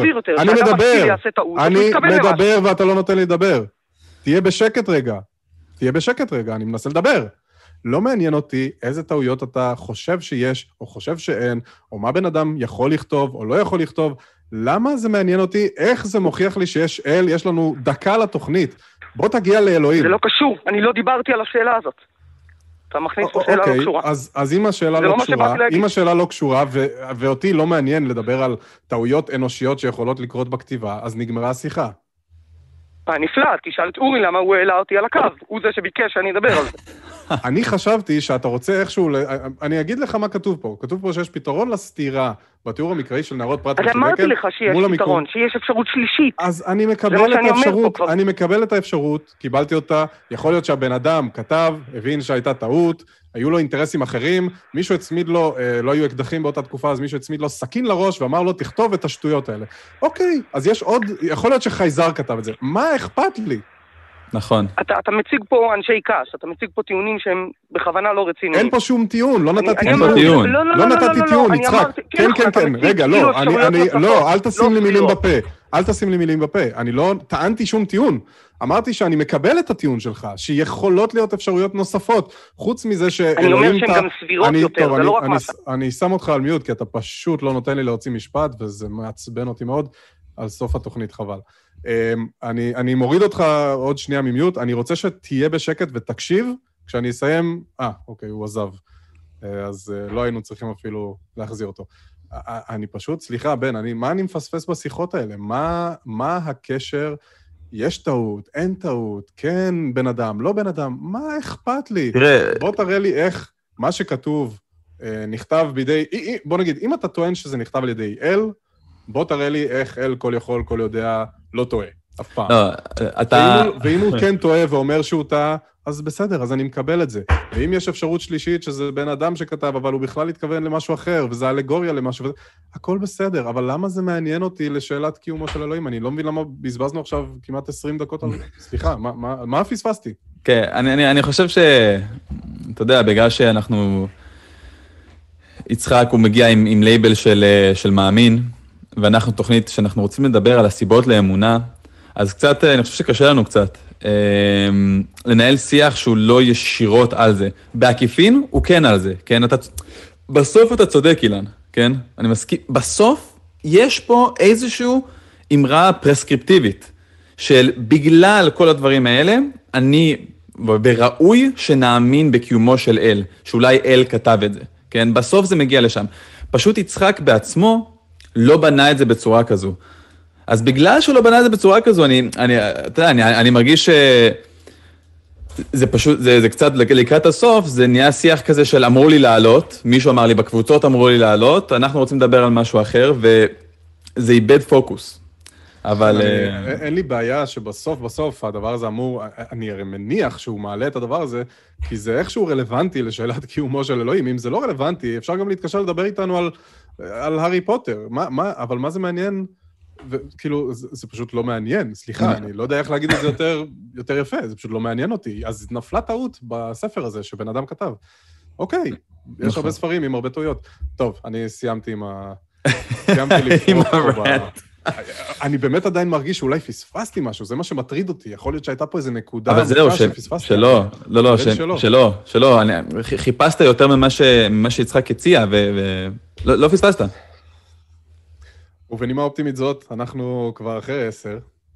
מדבר ואתה לא נותן לי לדבר. תהיה בשקט רגע, אני מנסה לדבר. לא מעניין אותי איזה טעויות אתה חושב שיש, או חושב שאין, או מה בן אדם יכול לכתוב, או לא יכול לכתוב. למה זה מעניין אותי? איך זה מוכיח לי שיש אל? יש לנו דקה לתוכנית. בוא תגיע לאלוהים. זה לא קשור, אני לא דיברתי על השאלה הזאת. אתה מכניס פה שאלה לא קשורה. אז אם השאלה לא קשורה, ואותי לא מעניין לדבר על טעויות אנושיות שיכולות לקרות בכתיבה, אז נגמרה השיחה. נפלא, תשאל את אורי למה הוא העלה אותי על הקו, הוא זה שביקש שאני אדבר על זה. אני חשבתי שאתה רוצה איכשהו, אני אגיד לך מה כתוב פה, כתוב פה שיש פתרון לסתירה בתיאור המקראי של נערות פרת וחילקל. אמרתי לך שיש פתרון, שיש אפשרות שלישית. אז אני מקבל את האפשרות, קיבלתי אותה, יכול להיות שהבן אדם כתב, הבין שהייתה טעות, היו לו אינטרסים אחרים, מישהו הצמיד לו, לא היו אקדחים באותה תקופה, אז מישהו הצמיד לו סכין לראש ואמר לו, תכתוב את השטויות האלה. אוקיי, אז יש עוד, יכול להיות שחייזר כתב את זה. מה אכפת לי? נכון. אתה מציג פה אנשי כעס, אתה מציג פה טיעונים שהם בכוונה לא רציניים. אין פה שום טיעון, לא נתתי טיעון. לא נתתי טיעון, יצחק. כן, רגע, לא, אל תשים לי מילים בפה. אל תשים לי מילים בפה. אני לא טענתי שום טיעון. אמרתי שאני מקבל את הטיעון שלך, שיכולות להיות אפשרויות נוספות, חוץ מזה אני אומר שהן גם סבירות יותר, זה לא רק משהו. אני שם אותך על מיוט, כי אתה פשוט לא נותן לי להוציא משפט, וזה מעצבן אותי מאוד, על סוף התוכנית חבל. אני מוריד אותך עוד שנייה ממיוט, אני רוצה שתהיה בשקט ותקשיב, כשאני אסיים, אוקיי, הוא עזב. אז לא היינו צריכים אפילו להחזיר אותו. אני פשוט, סליחה, בן, מה אני מפספס בשיחות האלה? מה הקשר? יש טעות, אין טעות, כן בן אדם, לא בן אדם, מה אכפת לי? תראה... בוא תראה לי איך מה שכתוב נכתב בידי, בוא נגיד, אם אתה טוען שזה נכתב על ידי אל, בוא תראה לי איך אל כל יכול, כל יודע, לא טועה, אף פעם. לא, אתה... ואם הוא כן טועה ואומר שהוא טעה, אז בסדר, אז אני מקבל את זה. ואם יש אפשרות שלישית שזה בן אדם שכתב, אבל הוא בכלל התכוון למשהו אחר, וזה אלגוריה למשהו, הכל בסדר, אבל למה זה מעניין אותי לשאלת קיומו של אלוהים? אני לא מבין למה בזבזנו עכשיו כמעט 20 דקות על... סליחה, מה פספסתי? כן, אני חושב אתה יודע, בגלל שאנחנו... יצחק הוא מגיע עם לייבל של מאמין, ואנחנו תוכנית שאנחנו רוצים לדבר על הסיבות לאמונה, אז קצת, אני חושב שקשה לנו קצת, לנהל שיח שהוא לא ישירות על זה. בעקיפין הוא כן על זה, כן? בסוף אתה צודק, אילן, כן? אני מסכים, בסוף יש פה איזשהו אמרה פרסקריפטיבית, של בגלל כל הדברים האלה, וראוי שנאמין בקיומו של אל, שאולי אל כתב את זה, כן? בסוף זה מגיע לשם. פשוט יצחק בעצמו לא בנה את זה בצורה כזו. אז בגלל שהוא לא בנה את זה בצורה כזו, אני מרגיש זה פשוט, זה קצת לקראת הסוף, זה נהיה שיח כזה של אמרו לי לעלות, מישהו אמר לי בקבוצות אמרו לי לעלות, אנחנו רוצים לדבר על משהו אחר, וזה איבד פוקוס. אבל... אין לי בעיה שבסוף הדבר הזה אמור, אני הרי מניח שהוא מעלה את הדבר הזה, כי זה איכשהו רלוונטי לשאלת קיומו של אלוהים. אם זה לא רלוונטי, אפשר גם להתקשר לדבר איתנו על הארי פוטר. אבל מה זה מעניין? וכאילו, זה פשוט לא מעניין. סליחה, אני לא יודע איך להגיד את זה יותר יפה, זה פשוט לא מעניין אותי. אז נפלה טעות בספר הזה שבן אדם כתב. אוקיי, יש הרבה ספרים עם הרבה טעויות. טוב, אני סיימתי סיימתי לפרוק אני באמת עדיין מרגיש שאולי פספסתי משהו, זה מה שמטריד אותי, יכול להיות שהייתה פה איזו נקודה... אבל זהו, שלא, שלא, חיפשת יותר ממה שיצחק הציע, ולא פספסת. ובנימה אופטימית זאת, אנחנו כבר אחרי 10,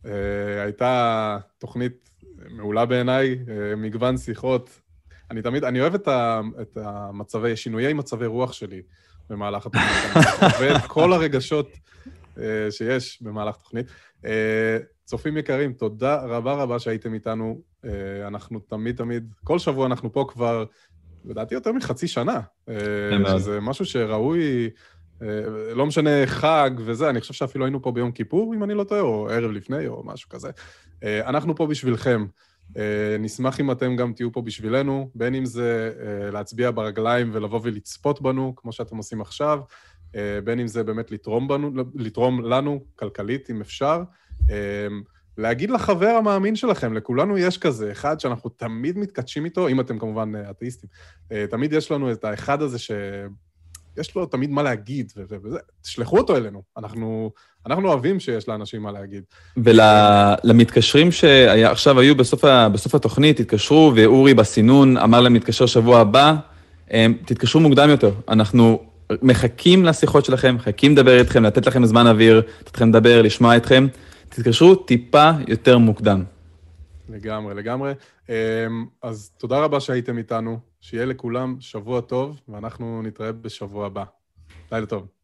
הייתה תוכנית מעולה בעיניי, מגוון שיחות, אני אוהב את שינויי מצבי רוח שלי במהלך התוכנית, ואת כל הרגשות שיש במהלך תוכנית. צופים יקרים, תודה רבה שהייתם איתנו. אנחנו תמיד, כל שבוע אנחנו פה כבר, לדעתי יותר מחצי שנה. שזה משהו שראוי, לא משנה חג וזה, אני חושב שאפילו היינו פה ביום כיפור, אם אני לא טועה, או ערב לפני, או משהו כזה. אנחנו פה בשבילכם. נשמח אם אתם גם תהיו פה בשבילנו, בין אם זה להצביע ברגליים ולבוא ולצפות בנו, כמו שאתם עושים עכשיו, בין אם זה באמת לתרום לנו כלכלית, אם אפשר, להגיד לחבר המאמין שלכם, לכולנו יש כזה, אחד שאנחנו תמיד מתקדשים איתו, אם אתם כמובן אתאיסטים, תמיד יש לנו את האחד הזה שיש לו תמיד מה להגיד, וזה, תשלחו אותו אלינו, אנחנו אוהבים שיש לאנשים מה להגיד. ולמתקשרים שעכשיו היו בסוף התוכנית, התקשרו, ואורי בסינון אמר להם להתקשר שבוע הבא, תתקשרו מוקדם יותר, אנחנו מחכים לשיחות שלכם, מחכים לדבר איתכם, לתת לכם זמן אוויר, לתת לכם לדבר, לשמוע אתכם, תתקשרו טיפה יותר מוקדם. לגמרי. אז תודה רבה שהייתם איתנו, שיהיה לכולם שבוע טוב, ואנחנו נתראה בשבוע הבא. לילה טוב.